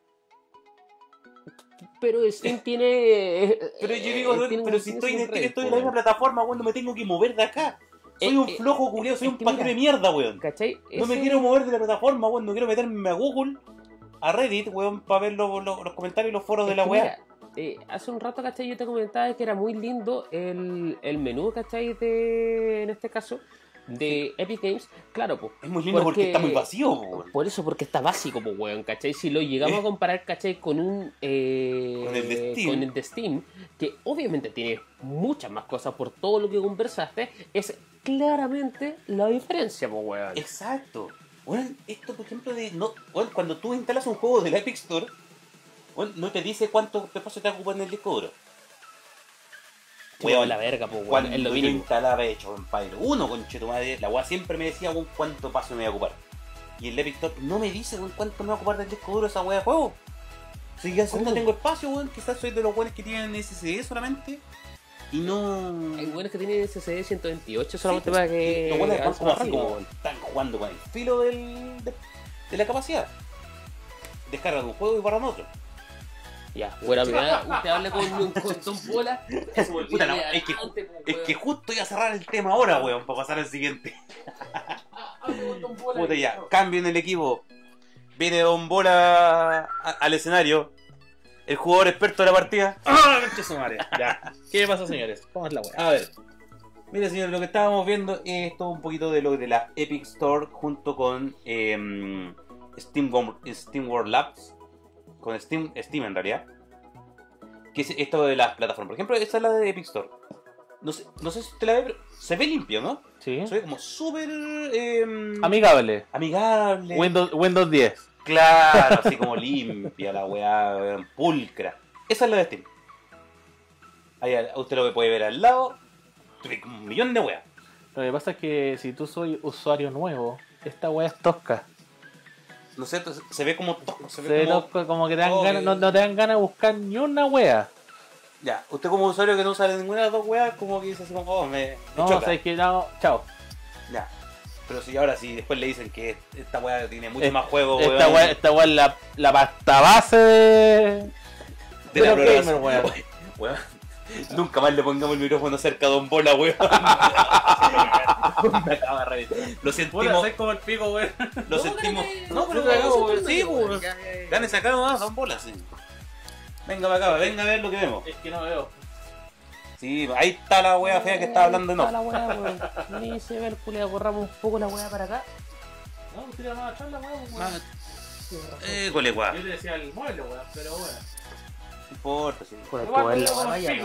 Pero Steam tiene... Pero yo digo, tiene pero un- si tiene estoy en su Steam, red, estoy en la misma plataforma, weón, no me tengo que mover de acá. Soy un flojo culiao, soy es un que paquete mira, de mierda, weón. ¿cachai? No me Ese- quiero mover de la plataforma, weón, no quiero meterme a Google, a Reddit, weón, para ver los comentarios y los foros de Es la que wea. mira, hace un rato, ¿cachai? Yo te comentaba que era muy lindo el menú, ¿cachai? En este caso, de Epic Games. Claro, pues. Es muy lindo porque está muy vacío, weón. Por eso, porque está básico, pues, weón, ¿cachai? Si lo llegamos a comparar, ¿cachai? Con un... Con el de Steam. con el de Steam, que obviamente tiene muchas más cosas por todo lo que conversaste, es claramente la diferencia, pues, weón. Exacto. Bueno, esto por ejemplo bueno, cuando tú instalas un juego de la Epic Store, bueno, no te dice cuánto espacio te ocupa en el disco duro. Weón, la verga, pues, weón. Cuando Es lo yo mínimo. instalaba hecho Empire 1 con madre, la weá siempre me decía weón, cuánto espacio me voy a ocupar. Y el Epic Store no me dice weón, cuánto me va a ocupar del disco duro esa weá de juego. Si ya no ¿Cómo? tengo espacio, weón, quizás soy de los weones que tienen SSD solamente. Y no. Hay buenos que tienen SSD 128 solamente Sí, para que... los weones van avance como más así, rápido, como weón. están jugando con el filo de la capacidad. Descargan un juego y guardan otro. Ya, bueno, mira, usted hable con Tom Pola. Eso me Puta, no, olvidé es que- antes, pues, Es weón. que justo iba a cerrar el tema ahora, weón, para pasar al siguiente. Hable con Tom Pola. Puta, ya, cambio en el equipo. Viene Don Bola al escenario. el jugador experto de la partida. ¡Ah, concha su madre! Ya. ¿Qué pasa, señores? ¿Cómo es la weá? A ver. Mira, señores, lo que estábamos viendo es todo un poquito de lo de la Epic Store junto con Steam World Labs. Con Steam en realidad. Que es esto de las plataformas. Por ejemplo, esta es la de Epic Store. No sé si usted la ve, pero se ve limpio, ¿no? Sí. Se ve como súper Amigable. amigable. Windows 10. Claro, así como limpia la weá, pulcra. Esa es la de Steam. Ahí usted lo que puede ver al lado. Tiene como un millón de weas. Lo que pasa es que si tú soy usuario nuevo, esta weá es tosca. No sé, se ve como tosco, se Se ve ve como... tosco, como que te dan ganas, no te dan ganas de buscar ni una wea. Ya, usted como usuario que no usa ninguna de las dos weas, como que dice así como, oh, me No, choca. o sea, es que no, chao. Ya. Pero si ahora si después le dicen que esta wea tiene mucho más juego, Esta wea es la pasta base de la los gamers, programación. weón. Weón, nunca más le pongamos el micrófono cerca a Don Bola, weón. Me acaba de reventar. Lo Puta, sentimos, soy como el pico, weón. lo sentimos. No, pero No, cagamos, no, weón. Sí, no, weón. ya, ya, ya. Gánese acá nomás, Don Bola, sí. Venga para acá, venga a ver lo que vemos. Es que no veo. Sí, ahí está la wea fea que estaba hablando, Está no. la weá, weón. Ni se ve el culiao, corramos un poco la weá para acá. No, pues tira más charla, weón. Cole, wea. Yo le decía el mueble, weón, pero bueno. No importa, sí. Por el Igual, poder la como weá, el ya, pico.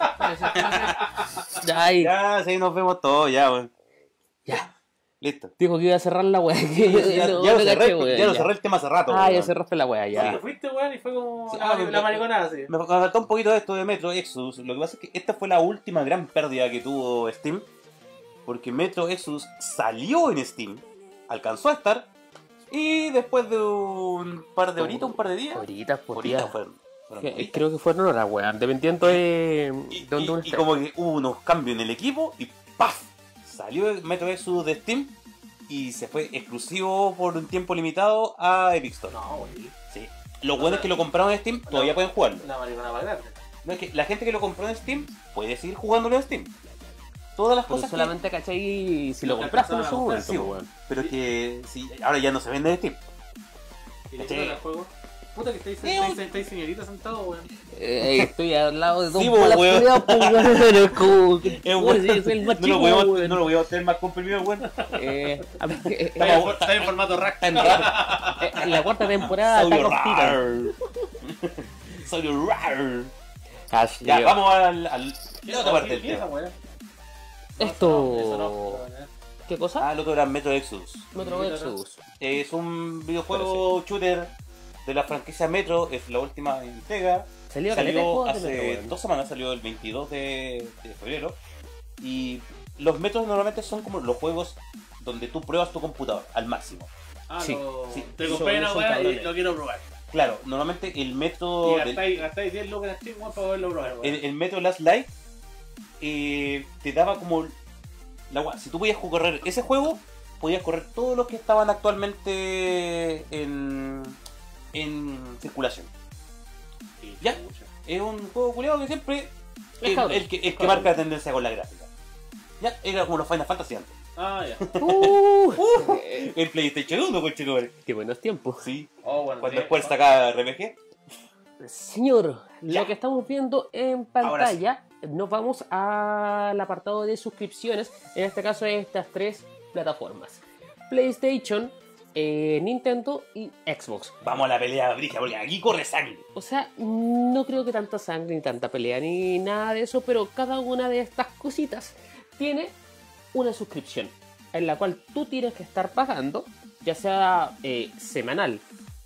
ya, ahí. Ya, sí, nos vemos todos, ya, weón. Ya. Listo. Dijo que iba a cerrar la weá. Ya lo cerré, ya lo cerré el tema hace rato. Ah, ya weón. cerraste la weá, Sí, ya. fuiste, weón, y fue como Sí, la mariconada, sí. Me faltó un poquito de esto de Metro Exodus. Lo que pasa es que esta fue la última gran pérdida que tuvo Steam. Porque Metro Exodus salió en Steam, alcanzó a estar, y después de un par de horitas, un par de días, Ahorita, pues, horitas tía. fueron horitas. Creo que fueron horas, weón. Dependiendo de Y dónde uno y esté. como que hubo unos cambios en el equipo y ¡paf! Salió el Metro Exodus de Steam y se fue exclusivo por un tiempo limitado a Epic Store. No, güey. Sí. Lo bueno es que lo compraron en Steam, todavía pueden jugarlo. Una mariconada más grande. No, es que la gente que lo compró en Steam puede seguir jugándolo en Steam. Todas las Pero cosas solamente, ¿cachai? Si lo No compraste en ese alcanzaban a momento, Sí, pues, weón. weón. Pero es que sí, ahora ya no se vende en Steam. ¿Y le Sí. quitan el juego? Puta que estáis señorita sentado, weón. Estoy al lado de dos Sí, bolas weón. culiadas, pues, weón. Es como que- Es Uy, bueno. sí, es el más No chico, lo voy a weón. no lo voy a tener más comprimido, weón. A ver, Está en formato rack. Está en raro. en la cuarta temporada está Saurio cortita. rar. Saurio rar. Así Ya, que- vamos a la otra parte del ¿Qué es esa, tema. weón? Esto- Eso no. ¿Qué cosa? Ah, el otro era Metro Exodus. Metro Exodus. Es un videojuego shooter de la franquicia Metro, es la última entrega. Salió caleta de juegos de hace Metro, weón. 2 semanas, salió el 22 de febrero. Y los Metros normalmente son como los juegos donde tú pruebas tu computador al máximo. Ah, Sí, sí. Te son- compré una son weá y cabrones. lo quiero probar. Claro, normalmente el Metro... Y gastáis 10 lucas en Steam, weón, para poderlo probar, weón. El Metro Last Light te daba como si tú podías correr ese juego, podías correr todos los que estaban actualmente en circulación. Sí, ya. mucho. Es un juego culiado que siempre Es el cabrón. que marca la tendencia con la gráfica. Ya, era como los Final Fantasy antes. Ah, ya. El PlayStation 1, conchetumare. Qué buenos tiempos. Sí. Oh, bueno. Cuando sí. después sacaba RPG. Señor, Ya. lo que estamos viendo en Ahora sí. pantalla, nos vamos al apartado de suscripciones, en este caso de estas tres plataformas: PlayStation, Nintendo y Xbox. Vamos a la pelea brija, porque aquí corre sangre. O sea, no creo que tanta sangre, ni tanta pelea, ni nada de eso, pero cada una de estas cositas tiene una suscripción, en la cual tú tienes que estar pagando, ya sea semanal,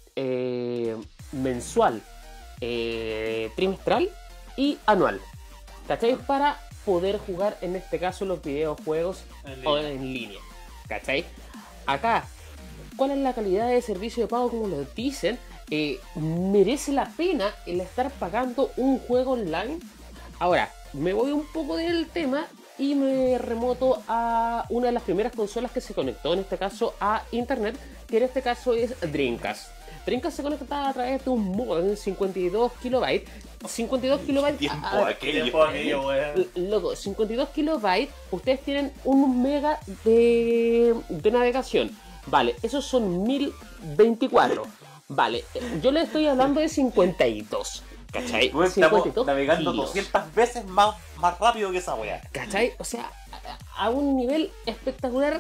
mensual, trimestral y anual. ¿Cachai? Para poder jugar, en este caso, los videojuegos en línea. ¿Cachai? Acá, ¿cuál es la calidad de servicio de pago? Como lo dicen, ¿merece la pena el estar pagando un juego online? Ahora, me voy un poco del tema y me remoto a una de las primeras consolas que se conectó, en este caso, a internet, que en este caso es Dreamcast. Dreamcast se conecta a través de un modem de 52 kilobytes. 52 kilobytes. Tiempo a ver, aquello. Tiempo aquello, weón. Loco, 52 kilobytes, ustedes tienen 1 mega de navegación. Vale, esos son 1024. Vale, yo les estoy hablando de 52. ¿cachai? Weón, estamos 52 navegando kilos. 200 veces más rápido que esa weá. ¿Cachai? O sea, a un nivel espectacular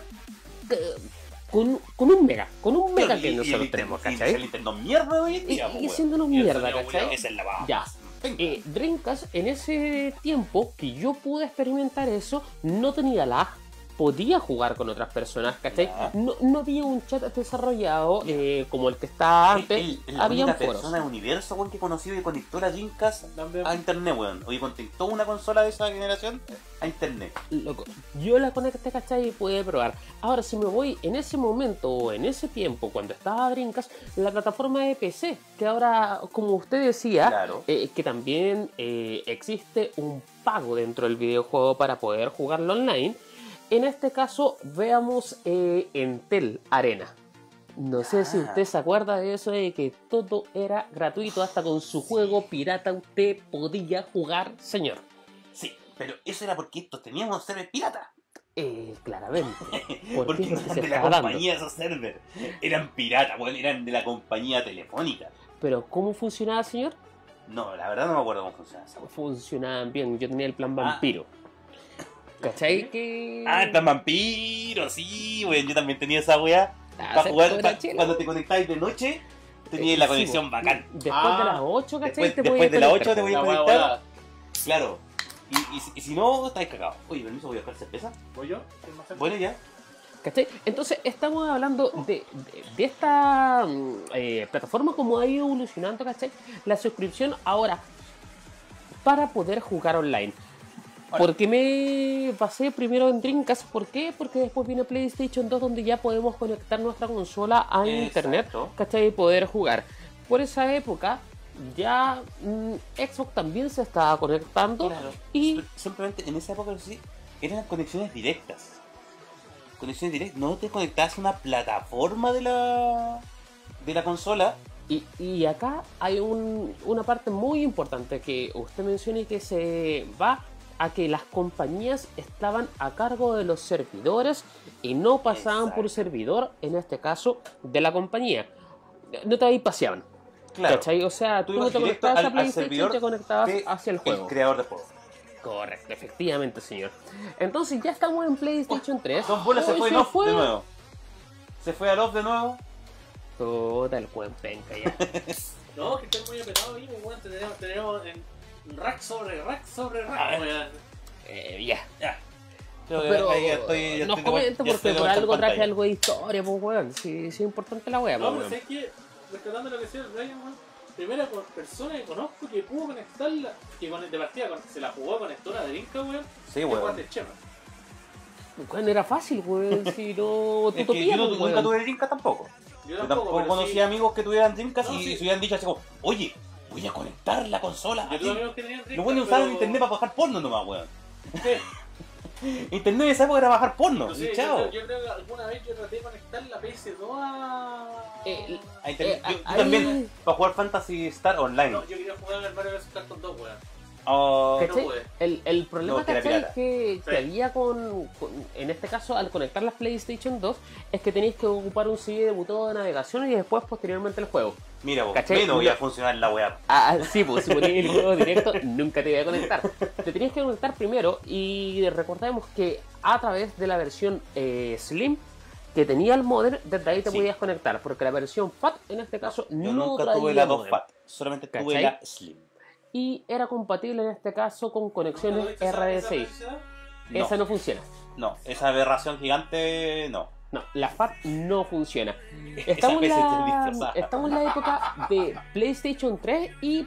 con un mega que nosotros tenemos, El ¿cachai? Nintendo mierda de hoy en día, Y siendo unos mierda, ¿cachai? Esa es la baja. Ya. Dreamcast, en ese tiempo que yo pude experimentar eso, no tenía lag, podía jugar con otras personas, ¿cachai? Ya. No había un chat desarrollado como el que estaba antes, La había única foros. persona del universo, weón, que conocí y conectó la Dreamcast También. a internet, weón. Oye, conectó una consola de esa generación a internet. Loco, yo la conecté, ¿cachai? Y pude probar. Ahora, si me voy en ese momento o en ese tiempo, cuando estaba Dreamcast, la plataforma de PC, que ahora, como usted decía, Claro. que también existe un pago dentro del videojuego para poder jugarlo online. En este caso, veamos Entel Arena. No sé si usted se acuerda de eso, de que todo era gratuito, hasta con su juego pirata usted podía jugar, señor. Sí, pero eso era porque estos teníamos server pirata. Claramente. ¿Por Porque qué? no Porque eran se de la estaba dando. compañía esos servers. Eran piratas, weón, eran de la compañía telefónica. Pero ¿cómo funcionaba, señor? No, la verdad no me acuerdo cómo funcionaba esa weón. Funcionaban bien. Yo tenía el plan vampiro. ¿Cachai? Que... Ah, el plan vampiro, sí, weón, yo también tenía esa weá. Para se jugar, cobra chela. cuando te conectabas de noche, tenías la Sí, conexión bo. bacán. Después de las 8, ¿cachai? Después de las 8 te voy La a weá conectar. volada. Claro. Y si no, estáis cagados. Oye, permiso, voy a buscar cerveza. ¿Voy yo? ¿Quién más cerca? Bueno, ya. ¿Cachai? Entonces estamos hablando de esta plataforma como ha ido evolucionando, ¿cachai? La suscripción ahora para poder jugar online. Porque me pasé primero en Dreamcast, ¿por qué? Porque después viene PlayStation 2 donde ya podemos conectar nuestra consola a internet, ¿cachai? Y poder jugar. Por esa época ya Xbox también se estaba conectando Claro. y Simplemente en esa época sí, eran conexiones directas. Conexiones directas. No te conectabas a una plataforma de la consola. Y acá hay una parte muy importante que usted menciona y que se va a que las compañías estaban a cargo de los servidores y no pasaban por Exacto. servidor, en este caso, de la compañía. No te ahí paseaban. Claro. ¿Cachai? O sea, tú no ibas te directo conectabas a al PlayStation, servidor te conectabas de hacia el juego. El creador de juego. Correcto, efectivamente, señor. Entonces ya estamos en PlayStation 3. Dos bolas se Hoy fue en off de nuevo. Se fue al off de nuevo. Puta, el juego penca ya. No, que estoy muy apretado ahí, pues, weón. Tenemos en rack sobre rack sobre A rack, ver. weón. Ya. Ya. Pero ahí ya estoy, nos ya comenta estoy porque de por vuelta en algo traje pantalla. algo de historia, pues weón. Sí, es importante la wea, No, pues pero weón. sé que, rescatando lo que decía el Brian, weón, primera persona que conozco que pudo conectarla, que de partida se la jugó a conectora de Dreamcast, weón, Sí, fue weón. Juan de Chema. Weón, era fácil, weón. Si no, Es que yo nunca tuve Dreamcast tampoco. Yo Yo tampoco pero conocí sí, amigos que tuvieran Dreamcast No, y sí. se hubieran dicho así como, oye, voy a conectar la consola. Yo tuve amigos que tenían Lo Dreamcast, bueno es usar pero- internet para bajar porno nomás, weón. Sí, Internet de esa época era bajar porno. no y sé, chao. yo creo que alguna vez yo traté de conectar la PS2 a... A internet. Yo ahí- también, para jugar Fantasy Star Online. No, yo quería jugar al Mario vs. Capcom 2, weón. Oh, ¿Cachai? no pude. El problema, No, que era ¿cachai? pirata. Que Sí. había en este caso, al conectar las PlayStation 2, es que tenías que ocupar un CD de botón de navegación y después posteriormente el juego. mira, vos, ¿Cachai? menos iba a No. funcionar la weá. Sí, pues si ponías el juego directo, nunca te iba a conectar. Te tenías que conectar primero y recordemos que a través de la versión Slim, que tenía el modem, desde ahí te Sí. podías conectar, porque la versión FAT, en este caso, Yo no nunca traía tuve la 2 modem. FAT, solamente tuve ¿Cachai? la Slim. Y era compatible en este caso con conexiones ¿Nunca tuviste esa RD6. velocidad? No, Esa no funciona. no, esa aberración gigante no. No, la FAT no funciona. Esa Estamos en, vez está la, disfrazada. estamos en la época de PlayStation 3 y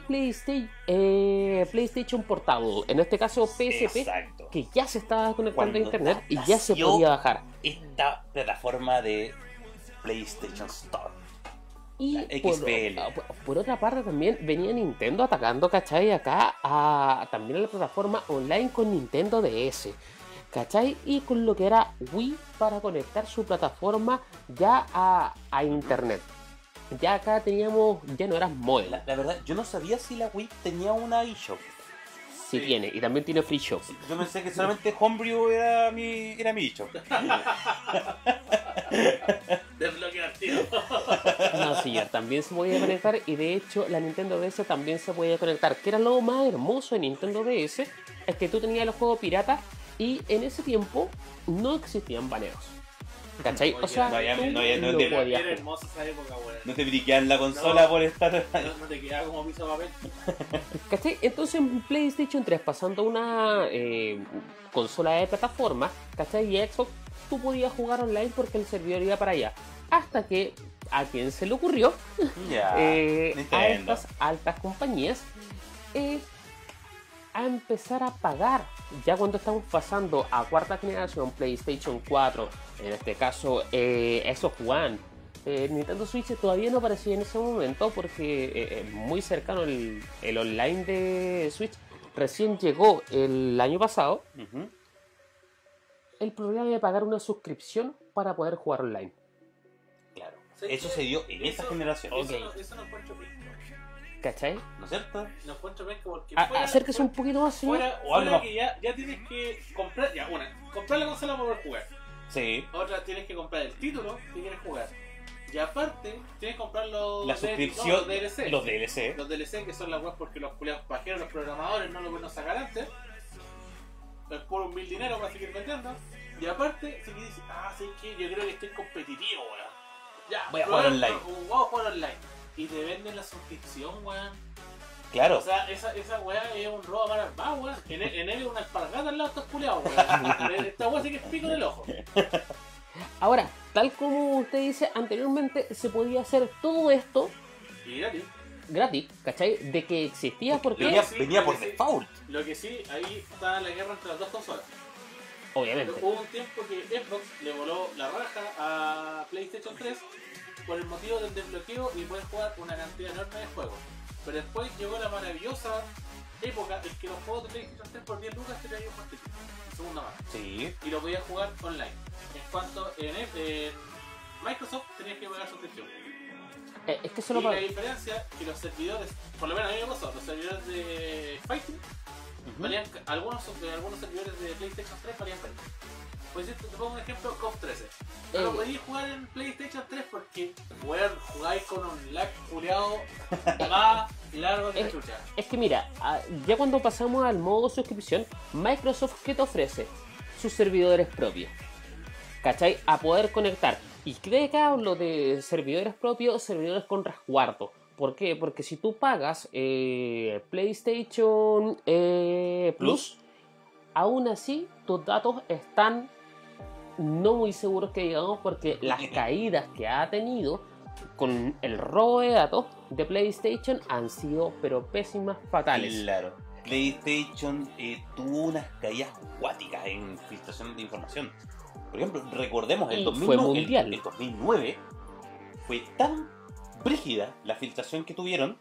PlayStation Portable. En este caso PSP, Exacto. que ya se estaba conectando a Cuando internet y ya se nació podía bajar. Esta plataforma de PlayStation Store. Y La XBL. por otra parte también venía Nintendo atacando, ¿cachai? Acá también a la plataforma online con Nintendo DS, ¿cachai? Y con lo que era Wii para conectar su plataforma ya a internet. Ya acá teníamos, ya no eras modem, La verdad, yo no sabía si la Wii tenía una eShop. sí tiene, y también tiene Free Shop. Yo pensé que solamente Homebrew era mi eShop. Desbloquear, tío. No, señor, también se podía conectar y de hecho la Nintendo DS también se podía conectar. Que era lo más hermoso de Nintendo DS, es que tú tenías los juegos piratas y en ese tiempo no existían baneos. ¿Cachai? O sea, No había- tú no había- no lo había- podías Era jugar. hermosa esa época, weón. No te briquean la consola No. por estar. No te quedaba como piso de papel. ¿Cachai? Entonces en PlayStation 3, pasando una consola de plataforma, ¿cachai? Y Xbox, tú podías jugar online porque el servidor iba para allá. Hasta que a quien se le ocurrió, Ya. a Nintendo. estas altas compañías, a empezar a pagar. Ya cuando estamos pasando a cuarta generación, PlayStation 4, en este caso Xbox One, Nintendo Switch todavía no aparecía en ese momento porque muy cercano el online de Switch recién llegó el año pasado. Ujú. El problema de pagar una suscripción para poder jugar online. Claro. ¿Sabes Eso qué? se dio en esa Eso- generación. Eso no encuentro bien. ¿Cachai? ¿No es cierto? No encuentro bien porque Acérquese un poquito más, señor. O hable fuera más. que ya tienes que comprar, ya una, comprar la consola para poder jugar. Sí. Otra, tienes que comprar el título que quieres jugar. Y aparte, tienes que comprar los La no, suscripción. los DLC. Los DLC. Los DLC que son las webs porque los culiados pajeros, los programadores no lo pueden sacar antes. Es por un mil dinero para seguir vendiendo. Y aparte, si dices, sí que yo creo que estoy competitivo, weón. Ya, Voy a jugar online. Voy a jugar online. Y te venden la suscripción, weón. Claro. O sea, esa weá es un robo para el más, weón. En él es una alpargata al lado de estos culiados, weón. Esta weá sí que es pico en el ojo. Ahora, tal como usted dice anteriormente, se podía hacer todo esto Y gratis. gratis, ¿cachai? De que existía porque, Venía por default. Lo que sí, ahí está la guerra entre las dos consolas. obviamente, Hubo un tiempo que Xbox le voló la raja a PlayStation 3 por el motivo del desbloqueo y poder jugar una cantidad enorme de juegos. Pero después llegó la maravillosa época en que los juegos de PlayStation 3 por 10 lucas te traían un partido. Segunda mano. Sí. Y lo podías jugar online. En cuanto en Microsoft tenías que pagar suscripción. es que se Y lo la pago. diferencia es que los servidores, por lo menos a mí me pasó, los servidores de Fighting valían, algunos servidores de PlayStation 3 valían 20. Pues te pongo un ejemplo, COF 13. No lo podías jugar en PlayStation 3 porque, weón, jugáis con un lag culiado más largo que la chucha. Es que mira, ya cuando pasamos al modo suscripción, Microsoft, ¿qué te ofrece? Sus servidores propios, ¿cachai? A poder conectar. Y cree que hablo de servidores propios, servidores con resguardo. ¿Por qué? Porque si tú pagas PlayStation Plus, aún así tus datos están no muy seguros que digamos, porque las caídas que ha tenido con el robo de datos de PlayStation han sido pero pésimas, fatales. Claro. PlayStation tuvo unas caídas cuáticas en filtración de información. Por ejemplo, recordemos Y el fue 2009, mundial. el 2009 fue tan brígida la filtración que tuvieron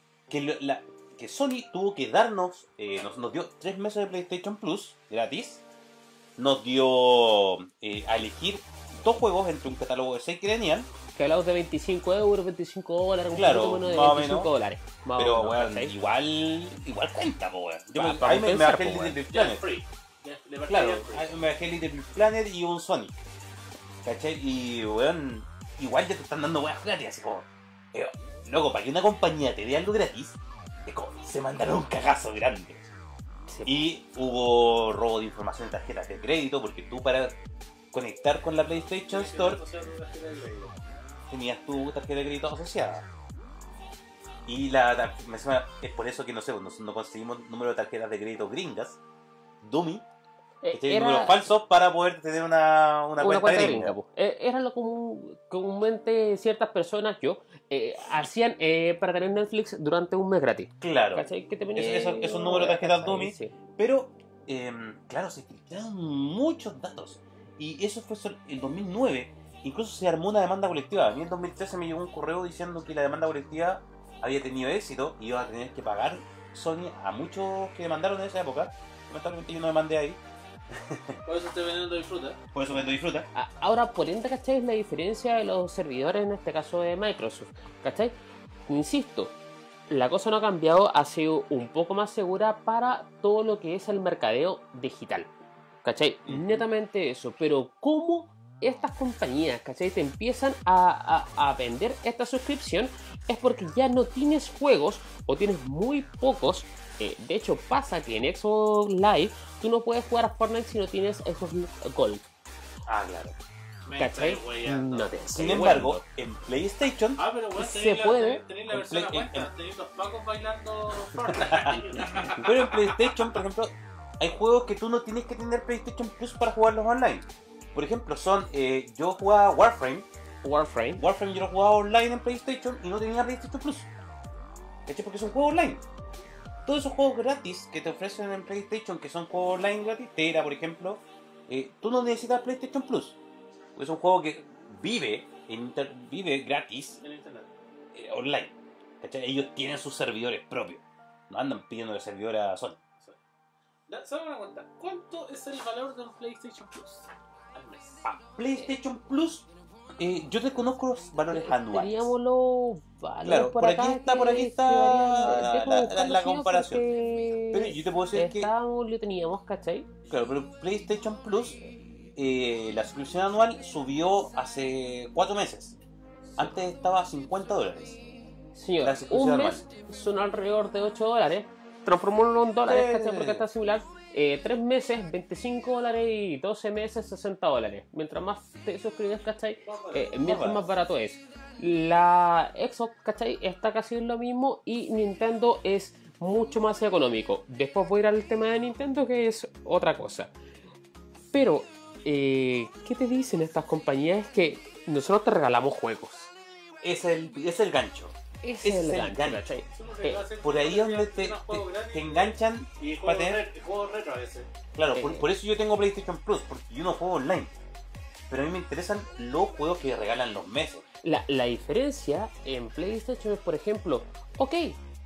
que Sony tuvo que darnos, nos dio 3 meses de PlayStation Plus gratis, nos dio a elegir 2 juegos entre un catálogo de 6 que tenían, Que hablamos de 25 euros, 25 dólares, un Claro, poquito menos de más o 25 menos. dólares. Más o pero menos, weón, ¿cachai? igual cuenta, po, weón. Yo Pa- me, pa ahí me compensar, bajé el po, Little Ya Planet. es free. De partida Claro, ya es free. ahí me bajé el Little Planet y un Sonic. ¿Cachai? Y weón, igual ya te están dando weas gratis, así como. Loco, para que una compañía te dé algo gratis, es como, se mandaron un cagazo grande. Sí. Y hubo robo de información de tarjetas de crédito, porque tú para conectar con la PlayStation Store tenías tu tarjeta de crédito asociada. Y es por eso que no sé, no conseguimos número de tarjetas de crédito gringas, dummy, números falsos para poder tener una cuenta gringa. po. Era lo comúnmente ciertas personas, hacían para tener Netflix durante un mes gratis. Claro, ¿Cachai? Que te venía- esos números de tarjetas dummy. Sí. Pero, claro, se filtraron muchos datos. Y eso fue el 2009. Incluso se armó una demanda colectiva. A mí en 2013 me llegó un correo diciendo que la demanda colectiva había tenido éxito y iba a tener que pagar Sony a muchos que demandaron en esa época. Lamentablemente yo no demandé ahí. Por eso estoy vendiendo disfruta. Por eso me disfruta. Ahora, por ende, ¿cachai? La diferencia de los servidores, en este caso de Microsoft, ¿cachai? Insisto, la cosa no ha cambiado, ha sido un poco más segura para todo lo que es el mercadeo digital, ¿cachai? Ujú. Netamente eso, pero ¿cómo estas compañías, ¿cachai? Te empiezan a vender esta suscripción es porque ya no tienes juegos o tienes muy pocos. De hecho pasa que en Xbox Live tú no puedes jugar a Fortnite si no tienes Xbox Gold. Ah, claro. ¿Cachai? No te Sin embargo, en PlayStation pero bueno, se puede. Tenéis la versión a cuenta, tenéis los pacos bailando Fortnite. pero en PlayStation, por ejemplo, hay juegos que tú no tienes que tener PlayStation Plus para jugarlos online. Por ejemplo, yo jugaba Warframe yo lo jugaba online en PlayStation y no tenía PlayStation Plus. ¿Cachai? Porque es un juego online. Todos esos juegos gratis que te ofrecen en PlayStation, que son juegos online gratis, Tera, por ejemplo, tú no necesitas PlayStation Plus. Es un juego que vive gratis En internet. online. ¿Cachai? Ellos tienen sus servidores propios. No andan pidiendo el servidor a Sony. ¿Sabes una cuenta? ¿Cuánto es el valor de un PlayStation Plus al mes? PlayStation Plus, yo desconozco los valores anuales. Teníamos los valores Claro, por aquí acá está que varían. la comparación. Porque Pero yo te puedo decir lo teníamos, ¿cachai? claro, pero PlayStation Plus, la suscripción anual subió hace 4 meses. Antes estaba a $50. Señor, La suscripción un anual. mes son alrededor de $8. Transformémoslo en dólares, Sí, ¿cachai? sí, Porque sí. está similar. 3 meses, $25 y 12 meses, $60. Mientras más te suscribes, ¿cachai? Mientras más barato es. La Xbox, ¿cachai? Está casi en lo mismo y Nintendo es mucho más económico. Después voy a ir al tema de Nintendo, que es otra cosa. Pero, ¿qué te dicen estas compañías? Es que nosotros te regalamos juegos. Es el gancho. Ese es el gancho, gancho. ¿cachai? Eso es lo que va a hacer Por ahí cuando donde tengas unos juegos gratis te enganchan y para juegos, tener. juegos retro a veces. Claro, por eso yo tengo PlayStation Plus, porque yo no juego online. Pero a mí me interesan los juegos que regalan los meses. La diferencia en PlayStation es, por ejemplo, ok,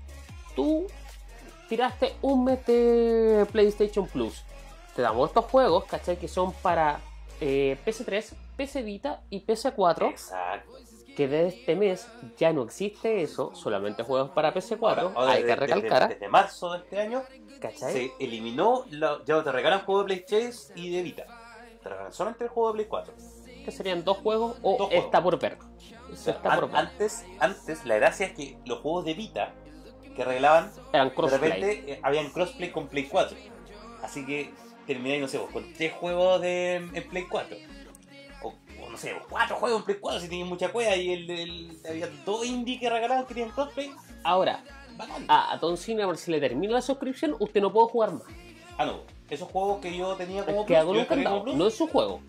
tú tiraste un mes de PlayStation Plus. Te damos estos juegos, ¿cachai? Que son para PS3, PC Vita y PC4. Exacto. Que desde este mes ya no existe eso, solamente juegos para PC4. Ahora, hay que recalcar, desde marzo de este año ¿cachai? se eliminó, ya no te regalan juegos de PlayStation y de Vita. Te regalan solamente el juego de Play 4. Que serían 2 juegos o 2 juegos. está por ver. O sea, Está por ver. antes la gracia es que los juegos de Vita que regalaban, Eran de crossplay. repente habían crossplay con Play 4. Así que termináis, no sé, con 3 juegos en Play 4. O no sé, 4 juegos en Play 4 si tenían mucha cueva y había 2 indie que regalaban que tenían crossplay. Ahora, Bacán. a Tom Cinema se le termina la suscripción, usted no puede jugar más. No, esos juegos que yo tenía como Que hago yo un descargué como candado, Plus, no es su juego.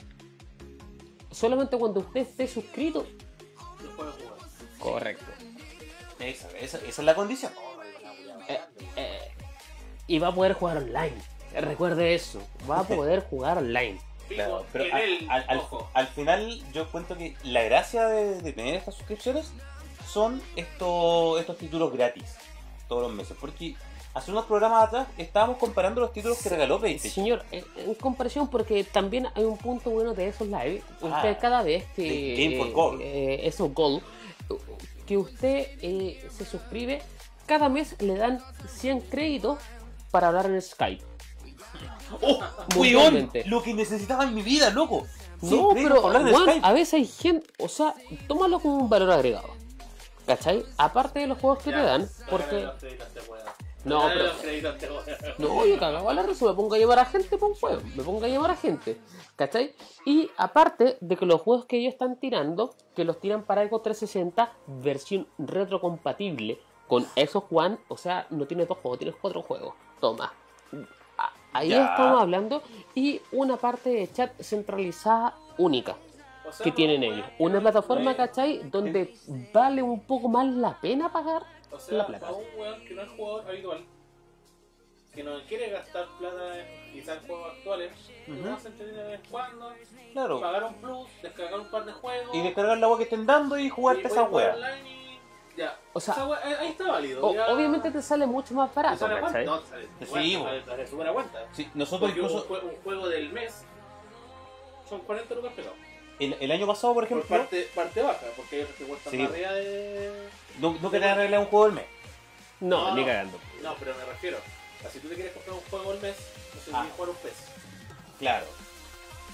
Solamente cuando usted esté suscrito. Los juegos jugar. Correcto. esa es la condición. Y va a poder jugar online. Recuerde eso. Va a poder jugar online. Claro, pero en el ojo. al final yo cuento que la gracia de tener estas suscripciones son estos títulos gratis todos los meses. Porque hace unos programas atrás estábamos comparando los títulos que regaló PlayStation. Señor, en comparación, porque también hay un punto bueno de esos live. Usted cada vez que de Game for Gold. esos Gold, que usted se suscribe, cada mes le dan 100 créditos para hablar en Skype. ¡Oh! ¡Weón! Mundialmente. Lo que necesitaba en mi vida, loco. Sí, No, créditos pero para hablar en weón, Skype. a veces hay gente, o sea, tómalo como un valor agregado. ¿Cachai? Aparte de los juegos que te dan, porque... No, pero... No, yo cagaba la risa, me pongo a llevar a gente, pues weón, me pongo a llevar a gente, ¿cachai? Y aparte de que los juegos que ellos están tirando, que los tiran para Xbox 360, versión retrocompatible con Xbox One, o sea, no tienes 2 juegos, tienes 4 juegos, toma. Ahí Ya. estamos hablando, y una parte de chat centralizada única que tienen ellos. Una plataforma, ¿cachai? Donde vale un poco más la pena pagar O sea, la plata. para un weón que no es jugador habitual, que no quiere gastar plata en quizás juegos actuales, no se entretiene de vez en cuando, Claro. pagar un plus, descargar un par de juegos Y descargar la agua que estén dando y jugarte esa jugar wea. online y ya. O sea, Esa wea, ahí está válido. ya. Obviamente te sale mucho más ¿Te barato, sale a cuenta? ¿cachai? No, sale, Sí, sale súper a cuenta. Sí, nosotros Porque incluso un juego del mes son 40 lucas pegados. el año pasado, por Por ejemplo, parte baja, porque hay otros que cuestan Sí. más arriba de... no quería arreglar un juego del mes. No, No, ni no. cagando. No, pero me refiero. O sea, si tú te quieres comprar un juego al mes, no sé, Ah. tienes que jugar un PES. Claro.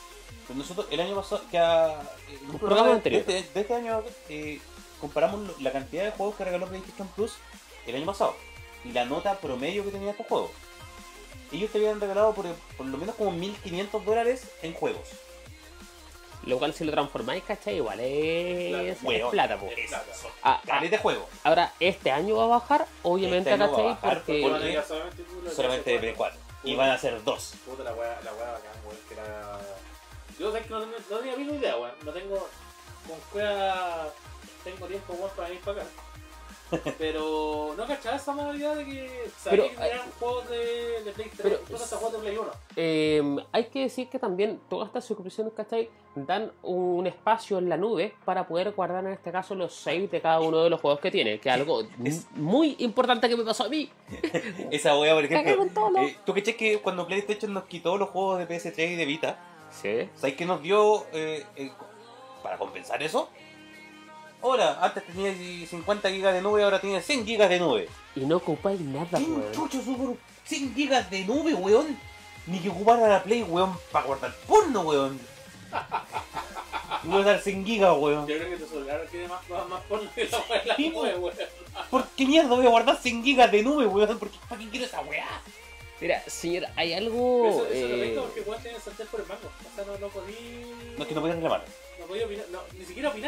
Pero nosotros el año pasado, en un programa de anterior. de este año, comparamos la cantidad de juegos que regaló PlayStation Plus el año pasado y la nota promedio que tenía estos juegos. Ellos te habían regalado por lo menos como $1.500 en juegos. Lo cual si lo transformáis, ¿cachai? Igual es Weón, plata, po. Son Ah, cales de juego. Ahora, este año va a bajar, obviamente, Este año va a ¿cachai? bajar, Porque... Bueno, ya solamente tú lo Solamente de haces, Play 4. Y van a ser 2. Puta la weá bacán, weón, que era... Yo sé que no tenía ni idea, weón. No tengo... Con cueva... Tengo tiempo, weón, para ir para acá. Pero no cachaba esa modalidad de que sabía Pero, que eran juegos de Play 3, pero- incluso hasta juegos de Play 1. hay que decir que también todas estas suscripciones, ¿cachai? Dan un espacio en la nube para poder guardar en este caso los saves de cada uno de los juegos que tiene, que es algo muy importante que me pasó a mí. Esa wea, por Cagué ejemplo. con todo, ¿no? ¿Tú caché que cuando PlayStation nos quitó los juegos de PS3 y de Vita? Sí. ¿Sabes qué nos dio para compensar eso? Ahora, antes tenías 50 gigas de nube, ahora tienes 100 gigas de nube. Y no ocupáis nada, ¿Quién weón. chucho super 100 gigas de nube, weón? Ni que ocupara la Play, weón, para guardar porno, weón. Voy a dar 100 gigas, weón. Yo creo que tu celular tiene más porno que la weá en la Sí, nube, weón. ¿Por qué mierda voy a guardar 100 gigas de nube, weón? ¿Por qué para qué quiero esa weá? Mira, señor, hay Pero algo... eso lo tengo porque weón tiene que saltar por el mango. O sea, no podí... No es que no podías reclamar. No podía opinar, no, ni siquiera opinar.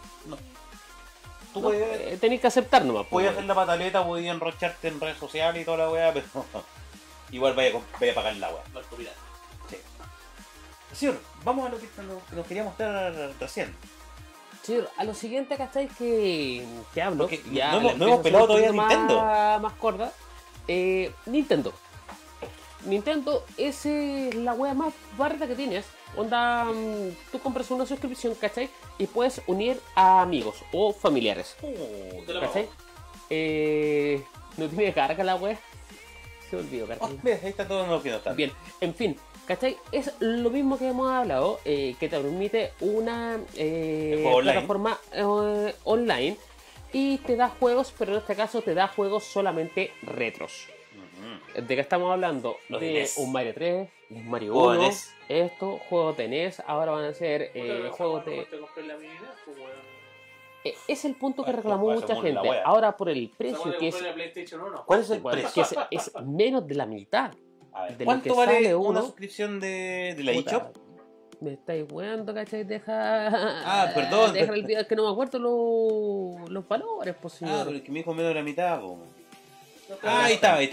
Tú no, puedes, tenéis que aceptar nomás. podías pues, hacer la pataleta, podías enrocharte en redes sociales y toda la weá, pero igual vaya a pagar la weá. No es opinar. Señor, vamos a lo que nos quería mostrar recién. Señor, a lo siguiente, ¿cachai? Que hablo. Porque Ya no hemos- la no empieza hemos a ser pelado un todavía poquito Nintendo. Más corta. Nintendo. Nintendo es la wea más barata que tienes. Onda, tú compras una suscripción, ¿cachai? Y puedes unir a amigos o familiares, Te lo ¿cachai? No tiene carga la wea. Se me olvidó Oh, cargarla. mira, ahí está todo lo que no está. Bien, en fin, ¿cachai? Es lo mismo que hemos hablado, que te permite una juego online. plataforma online y te da juegos, pero en este caso te da juegos solamente retros. Ujú. ¿De qué estamos hablando? Los de De NES. un Mario 3, un Mario Juego de 1, NES. estos juegos de NES, ahora van a ser juegos de... Te compré la mini NES, pues, weón. Es el punto que Bueno, reclamó pues, mucha según la gente. wea. Ahora por el Esa precio weá que te es, compré la PlayStation 1. ¿Cuál es el bueno, precio? que es menos de la mitad. A ver, de lo ¿cuánto que vale sale una uno? suscripción de la Puta, eShop? me estáis weando, ¿cachai? Deja. Ah, perdón. Deja el día que no me acuerdo los valores, pues Ah, señor. pero es que me dijo menos de la mitad, po. No, Ah, ahí estaba.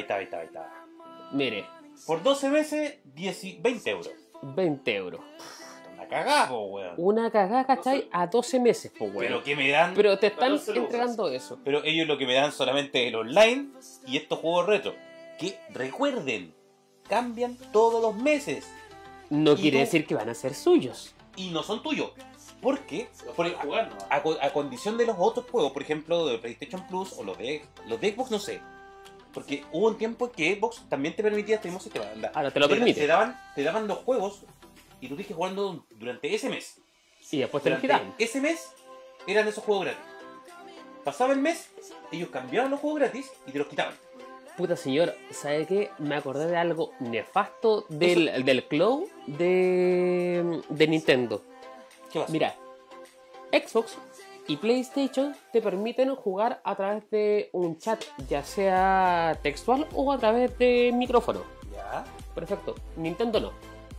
Mire, Por 12 meses, 20 euros. 20 euros. Una cagada, po, weón. Una cagada, ¿cachai? A 12 meses, pues Pero weón. que me dan. Pero te están 14 lucas. entregando eso. Pero ellos lo que me dan solamente el online y estos juegos retro. Que recuerden, cambian todos los meses. No ¿Y quiere tú? decir que van a ser suyos. Y no son tuyos. Porque, Los por, puedes jugar, ¿no? a condición de los otros juegos, por ejemplo, de PlayStation Plus o los de Xbox, no sé. Porque hubo un tiempo en que Xbox también te permitía este mismo sistema. Anda, Ahora te lo permite. Te daban los juegos y tú tienes que jugando durante ese mes. Y después te lo Durante quitan. ese mes eran esos juegos gratis. Pasaba el mes, ellos cambiaban los juegos gratis y te los quitaban. Puta señor, ¿sabe qué? Me acordé de algo nefasto del cloud de Nintendo. ¿Qué pasa? Mira, Xbox y PlayStation te permiten jugar a través de un chat, ya sea textual o a través de micrófono. ¿Ya? Perfecto. Nintendo no.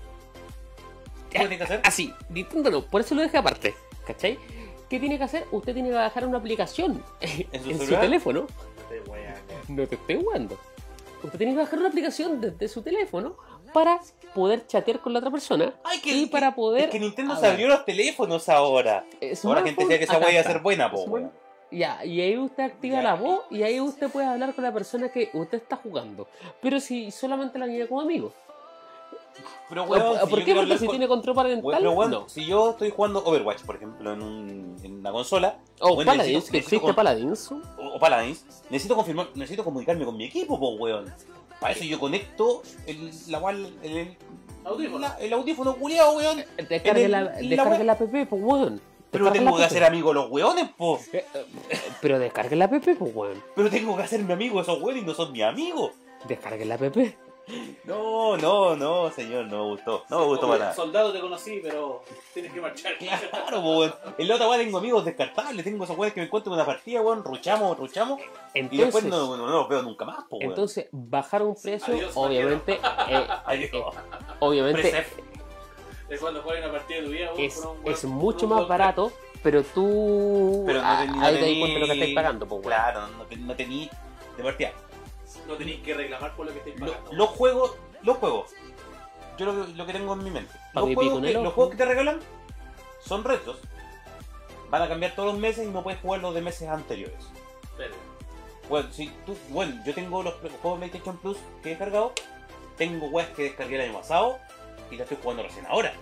¿Qué tiene que hacer? Así, Nintendo no. Por eso lo dejé aparte. ¿Cachai? ¿Qué tiene que hacer? Usted tiene que bajar una aplicación ¿En su en su celular? teléfono. No te weas, No te estoy jugando. Usted tiene que bajar una aplicación desde su teléfono para poder chatear con la otra persona Ay, y para poder... Es que Nintendo se hablar. abrió los teléfonos ahora. Ahora la gente decía que esa Acá wea iba a está. ser buena, po, Smartphone. weón. Ya, y ahí usted activa Ya. la voz y ahí usted puede hablar con la persona que usted está jugando. Pero si solamente la tiene como amigo. Pero weón, si ¿Por yo qué? quiero Porque hablar si con- tiene control parental, Weón, pero weón, no. si yo estoy jugando Overwatch, por ejemplo, en una consola, O weón, Paladins, que existe con- Paladins. o Paladins, necesito comunicarme con mi equipo, po, weón. Para eso yo conecto Audífono. el audífono culiado, weón. Descargue En la, el- descargue la la app, pues weón. Pero Descargue tengo la que app. hacer amigos los weones, po. Pero descargue la app, pues weón. Pero tengo que hacerme amigo de esos weones y no son mis amigos. Descargue la app. No, señor, no me gustó. No me gustó para nada. Soldado te conocí, pero tienes que marchar. Claro, po, weón. En la otra weá tengo amigos descartables, tengo esos weones que me encuentro en una partida, weón, ruchamos, y después Entonces, no los veo nunca más, po, weón. entonces bajar un precio, Adiós, obviamente, Adiós. obviamente Presef. Es cuando juegas una partida de tu vida, weón, es, con un weón- es mucho con un más weón- barato, pero tú Pero ahí te das cuenta de lo que estáis pagando, pues, weón. Claro, no tení de partida. No tenéis que reclamar por lo que estáis pagando. Los juegos, yo lo que tengo en mi mente. Los Papi, juegos, pico en que, el los ojo. juegos que te regalan son retos. Van a cambiar todos los meses y no puedes jugar los de meses anteriores. Pero, Bueno, yo tengo los juegos PlayStation Plus que he descargado. Tengo weas que descargué el año pasado y la estoy jugando recién ahora.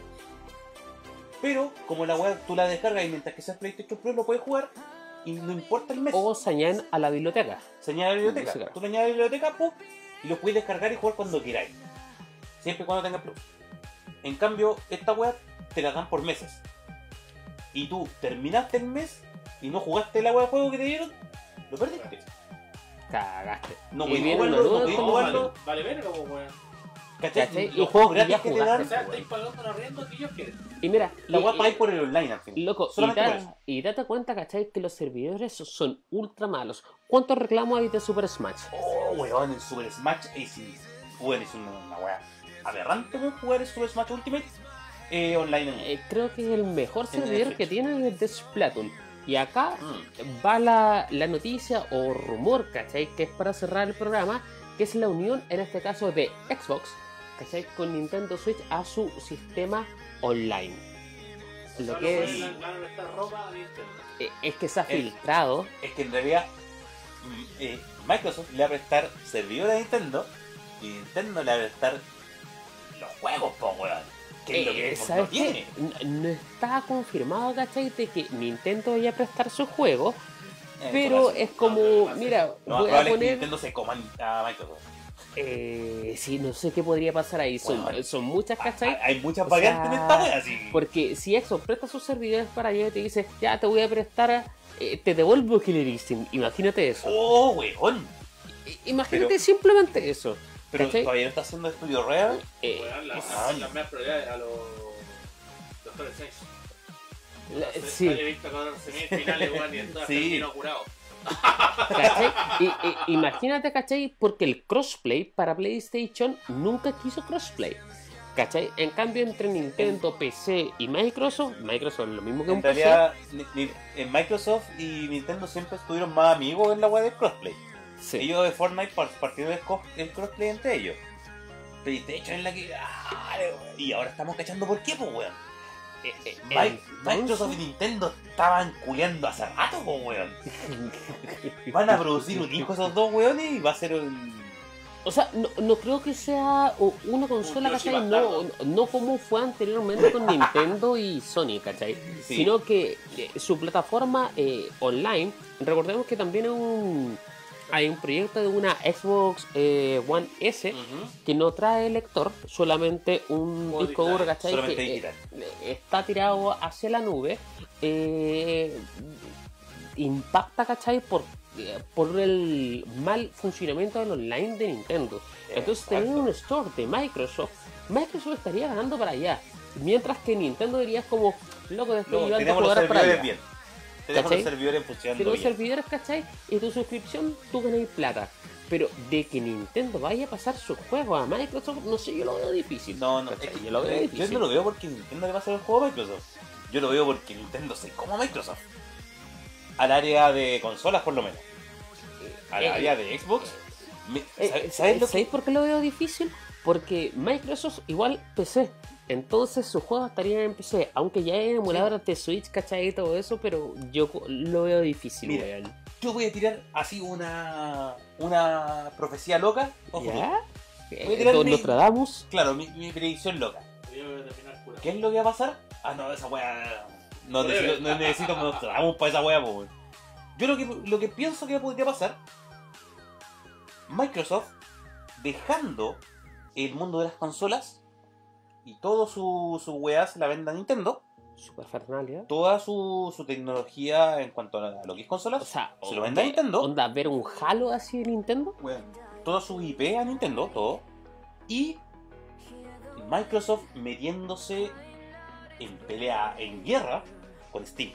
Pero, como la wea tú la descargas y mientras que seas PlayStation Plus lo puedes jugar y no importa el mes. O se añaden a la biblioteca. Se añade a la biblioteca. Música. Tú le añades a la biblioteca, ¡pum! Y los puedes descargar y jugar cuando queráis. Siempre y cuando tengas Plus. En cambio, esta wea te la dan por meses. Y tú terminaste el mes y no jugaste la wea de juego que te dieron, lo perdiste. Cagaste. No Y podéis viene una jugarlo, nueva no podéis como jugarlo. vale verga, pues, weón. ¿Cachai? ¿Cachai? Los Y juegos juegos que gratis ya que te jugaste. dan. O sea, estáis pagando un arriendo que ellos quieren. Y mira, La y- wea pagáis por el online al final. loco, Solamente por eso. y date cuenta, ¿cachai? Que los servidores son ultra malos. ¿Cuántos reclamos hay de Super Smash? Oh, weón, el Super Smash es una wea aberrante, weón, jugar el Super Smash Ultimate online. Creo que el mejor En servidor Netflix. que tienen es de Splatoon. Y acá Mm. va la noticia o rumor, ¿cachai? Que es para cerrar el programa, que es la unión, en este caso, de Xbox, ¿cachai? Con Nintendo Switch a su sistema online. Lo que es, Van a prestar ropa a Nintendo. es que se ha Es- filtrado. Es que en realidad Microsoft le va a prestar servidor a Nintendo y Nintendo le va a prestar los juegos, po, weón. Que es lo que ¿Sabes no qué? tiene. No está confirmado, ¿cachai? De que Nintendo vaya a prestar sus juegos, En pero todo caso, es como, no, no, mira, lo más voy a probable es que poner... Nintendo se coman a Microsoft. Sí, no sé qué podría pasar ahí. Son, Bueno, son muchas, ¿cachai? Hay muchas O variantes en sea, esta wea, sí. Porque si Xbox presta sus servidores para allá y te dice, ya te voy a prestar, te devuelvo Killer Instinct. Imagínate eso. Oh, weón. Imagínate pero- simplemente eso. Pero ¿cachai? todavía no está haciendo estudio real. Weón, las más prioridades a los Doctor Strange. Sí, He visto con semifinales, weón, y está Sí. terminó curado. ¿cachai? Imagínate, ¿cachai? Porque el crossplay para PlayStation nunca quiso crossplay. ¿Cachai? En cambio, entre Nintendo, PC y Microsoft es lo mismo que un En PC. realidad, en Microsoft y Nintendo siempre estuvieron más amigos en la web de crossplay. Sí. Ellos de Fortnite partieron el crossplay entre ellos. PlayStation es la que. Y ahora estamos cachando por qué, pues, weón. Microsoft y Nintendo estaban culeando hace rato, pues, weón. Van a producir un hijo esos dos weones y va a ser un. O sea, no creo que sea una consola, Un Yoshi ¿cachai? No como fue anteriormente con Nintendo y Sony, ¿cachai? Sí. Sino que su plataforma online, recordemos que también hay un proyecto de una Xbox One S que no trae lector, solamente un Modo disco duro, digital, ¿cachai? solamente Que digital. está tirado hacia la nube. Impacta, ¿cachai? Por el mal funcionamiento del online de Nintendo. Entonces, teniendo un store de Microsoft estaría ganando para allá. Mientras que Nintendo diría como, loco, estoy No, llevando tenemos los jugadores para servidores allá. bien. Tenemos ¿Cachai? los servidores funcionando Pero los bien. servidores, ¿cachai? Y tu suscripción, tú ganas plata. Pero de que Nintendo vaya a pasar sus juegos a Microsoft, no sé, yo lo veo difícil. No, ¿cachai? es que yo lo veo yo difícil. no lo veo porque Nintendo le va a hacer el juego a Microsoft. Yo lo veo porque Nintendo se como a Microsoft. Al área de consolas, por lo menos. Al área de Xbox. ¿Sabes lo que? ¿Sabéis por qué lo veo difícil? Porque Microsoft igual PC. Entonces sus juegos estarían en PC. Aunque ya hay emuladores de Switch, ¿cachai? Y todo eso, pero yo lo veo difícil, Mira, weón. Yo voy a tirar así una profecía loca. Ojo, ¿Ya? Voy a tirar Don mi- Nostradamus. Claro, mi predicción loca. Yo voy a terminar curado. ¿Qué es lo que va a pasar? Ah, no, esa wea. No Breve. necesito, no necesito que nos tragamos para esa wea, pues. Yo lo que pienso que podría pasar, Microsoft dejando el mundo de las consolas y todo su wea se la venda a Nintendo, Super Fernalia. toda su tecnología en cuanto a lo que es consolas, O sea, se lo vende a Nintendo. ¿Onda ver un Halo así de Nintendo? Toda su IP a Nintendo, todo. Y Microsoft metiéndose en pelea, en guerra con Steam.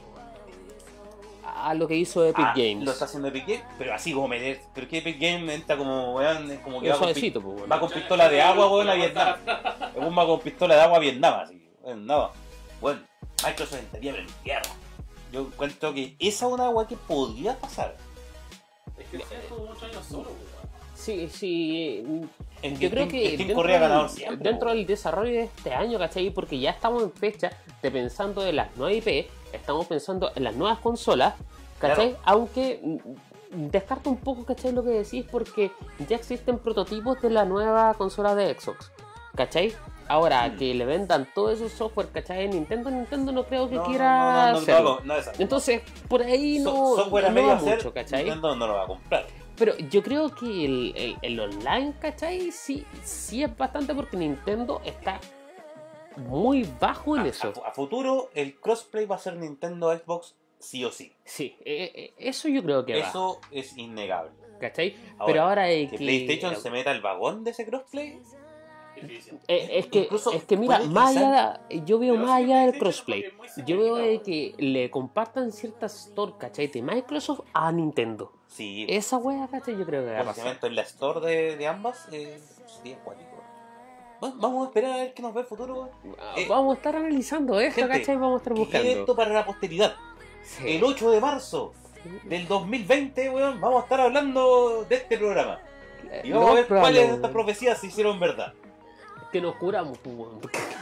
Lo que hizo Epic Games. Lo está haciendo Epic Games, pero así como meter. Pero es que Epic Games entra como, weón, es como que va Suavecito, pues, weón. va con pistola de agua, weón, a Vietnam. Es un va con pistola de agua a Vietnam, así. Weón, nada. Bueno, Microsoft entraría en guerra. Yo encuentro que esa es una agua que podría pasar. Es que estuvo muchos años solo, weón. Sí. En Yo creo que Steam corría ganador siempre. dentro weón. del desarrollo de este año, ¿cachai? Porque ya estamos en fecha de pensando en las nuevas IP, estamos pensando en las nuevas consolas, ¿cachai? Claro. Aunque descarto un poco, ¿cachai? Lo que decís, porque ya existen prototipos de la nueva consola de Xbox, ¿cachai? Ahora, que le vendan todo ese software, ¿cachai? Nintendo no creo que quiera hacerlo. No, exacto. Entonces, por ahí no, Software a no medio va hacer, mucho, ¿cachai? Nintendo no lo va a comprar. Pero yo creo que el online, ¿cachai? Sí es bastante, porque Nintendo está muy bajo en eso. A futuro, el crossplay va a ser Nintendo Xbox sí o sí. Sí, eso yo creo que va, Eso es innegable. ¿cachai? Pero ahora es que que... PlayStation se meta al vagón de ese crossplay. Difícil. Es Incluso que mira, puede más utilizar- allá, yo veo Pero más sí, allá del PlayStation crossplay. es muy Yo veo de simétrica, que le compartan ciertas stores, ¿cachai? De Microsoft a Nintendo. Sí, Esa wea, ¿cachai? Yo creo que va a pasar. básicamente en la store de ambas sería acuático. Bueno, vamos a esperar a ver qué nos ve el futuro. Vamos a estar analizando esto, gente, ¿cachai? Vamos a estar Que quede buscando. esto para la posteridad. Sí. El 8 de marzo del 2020, weón, vamos a estar hablando de este programa. Y vamos a ver cuáles de estas profecías se hicieron verdad. Que nos curamos, pues, weón.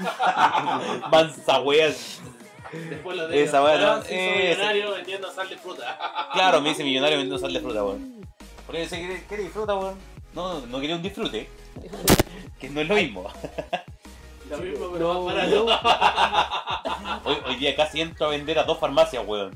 Mansa weón. Después lo de Esa weá, ¿no? se hizo millonario vendiendo sal de fruta. Claro, me dice millonario vendiendo sal de fruta, weón. Porque dice, ¿quiere fruta, weón? No quería un disfrute. Que no es lo mismo. Lo mismo, pero No, más barato. Hoy día casi entro a vender a 2 farmacias, weón.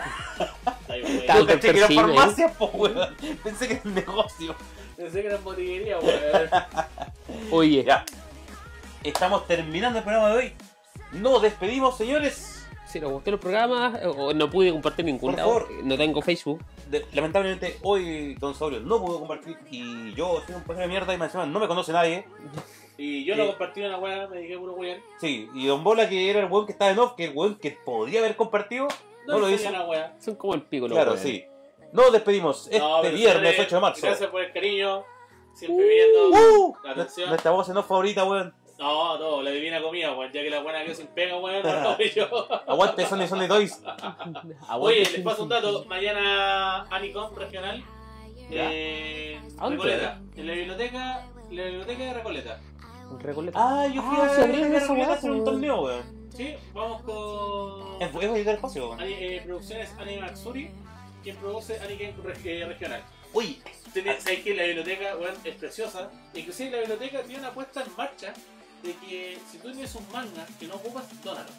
Ahí, güey. Tal- Yo caché que eran percibe. farmacias, po, weón. Pensé que era un negocio. Pensé que era botillería, weón. Oye, Ya. Estamos terminando el programa de hoy. Nos despedimos, señores. si nos gustó el programa, o no pude compartir ningún Por lado, favor. no tengo Facebook. Lamentablemente hoy Don Saurio no pudo compartir y yo soy un pedazo de mierda y me encima no me conoce nadie. Y yo no compartí una weá, me dediqué a puro weón. Sí, y Don Bola, que era el weón que estaba en off, que el weón que podría haber compartido, no lo hizo. Una weá. Son como el pico, los Claro, weones. sí. Nos despedimos este No, pero viernes señores, 8 de marzo. Gracias por el cariño. Siempre viendo la atención. Nuestra voz en off favorita, weón. No, la divina comida, weón. Ya que la buena quedó sin pega, weón. No, yo. Aguante Sony Toys. Aguante, Oye, sí, les paso un sí, dato. sí. Mañana Anicom regional. Ya. ¿A dónde Recoleta. En la biblioteca de Recoleta. Recoleta. Ah, yo fui a se abrió esa Recoleta weá, a hacer un weón. torneo, weón. Sí, vamos con Es bonito el espacio, weón. Producciones Anime Matsuri, quien produce Aniken regional. Uy, Sabes que la biblioteca, weón, es preciosa. Inclusive la biblioteca tiene una puesta en marcha de que si tú tienes un manga que no ocupas, dónalo.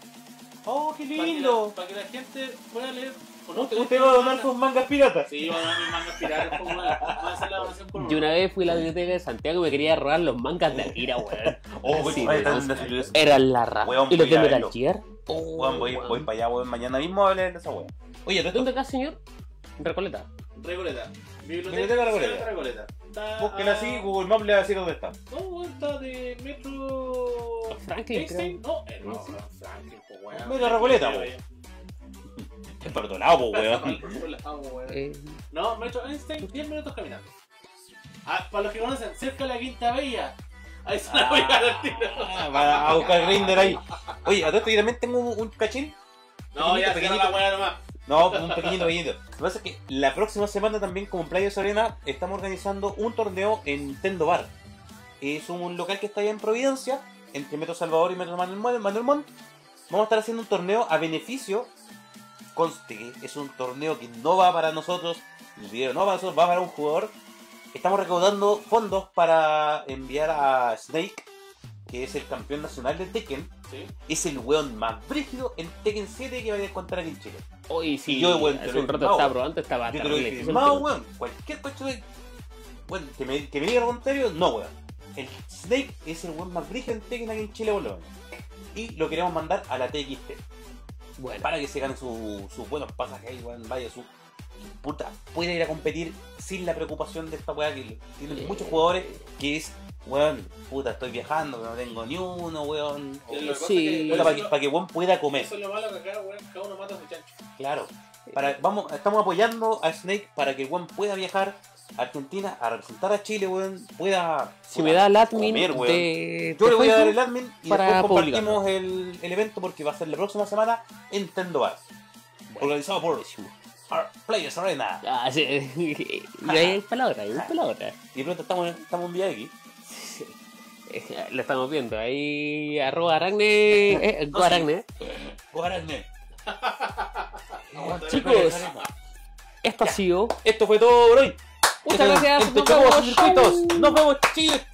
oh, qué lindo. Para que la gente pueda leer. ¿Usted va a donar sus mangas piratas? Sí, va a donar mis mangas piratas, pues, weón. Va a hacer la donación por Yo una vez fui a la biblioteca de Santiago y me quería robar los mangas de Akira, weón. Oh, Sí, weón, weón. weón. Eran la raja. Weón, ¿Y los voy de a Metal verlo. Gear? Weón, voy para allá, weón. Mañana mismo a leer de esa weón. Oye, ¿tú ¿Dónde acá, señor? Recoleta. Recoleta. Biblioteca Recoleta. Recoleta. Está búsquela así, Google Maps le va a decir dónde está. No, weón, está de Metro. Franklin, Einstein. creo. No, Franklin, pues, weón. Metro Recoleta, weón. Es para otro lado, po, weón. No, Metro Einstein, 10 minutos caminando. Ah, para los que conocen, cerca de la Quinta Bella. Ahí se la voy a dar al tiro. Va a buscar Grindr ahí. Oye, a todo esto yo también tengo un cachín. No, ya se pequeñito. la weá nomás. No, un pequeñito. Lo que pasa es que la próxima semana también, como en Playa Serena, estamos organizando un torneo en Nintendo Bar. Es un local que está allá en Providencia, entre Metro Salvador y Metro Manuel Montt. Vamos a estar haciendo un torneo a beneficio. Conste que es un torneo que no va para nosotros, el dinero no va para nosotros, va para un jugador. Estamos recaudando fondos para enviar a Snake, que es el campeón nacional de Tekken. Sí. Es el weón más brígido en Tekken 7 que vaya a encontrar aquí en Chile. Hoy sí, Y yo, weón, te hace lo un he rato firmado. estaba probando, estaba Yo te lo he terrible. firmado, weón. Cualquier cuestión de... Bueno, que me diga lo contrario, no, weón. El Snake es el weón más brígido en Tekken aquí en Chile, weón. Y lo queremos mandar a la TXT. Bueno. para que se gane sus buenos pasajes ahí, weón, vaya su puta, puede ir a competir sin la preocupación de esta weá que tienen muchos jugadores, que es, weón, puta, estoy viajando, que no tengo ni uno, weón. Lo que pasa Sí. es que Para que weón pueda comer. eso es lo malo que acá, weón, cada uno mata a su chancho. Claro. Estamos apoyando a Snake para que weón pueda viajar a Argentina a representar a Chile, weón, pueda. Si me da el admin comer, weón. de. Yo le voy a dar Facebook, el admin y para después compartimos el evento porque va a ser la próxima semana en Nintendo Bar. Organizado por Players Arena. Ah, sí. Y ahí es para la otra, ahí es para la otra. Y pronto estamos en vía aquí. Lo estamos viendo, ahí @Aragne. No, sí. Aragne. Guarané. Chicos, esto ha sido. Esto fue todo por hoy. Muchas gracias, Entre nos vemos, Chocobos y Circuitos. chau. Nos vemos, Chile.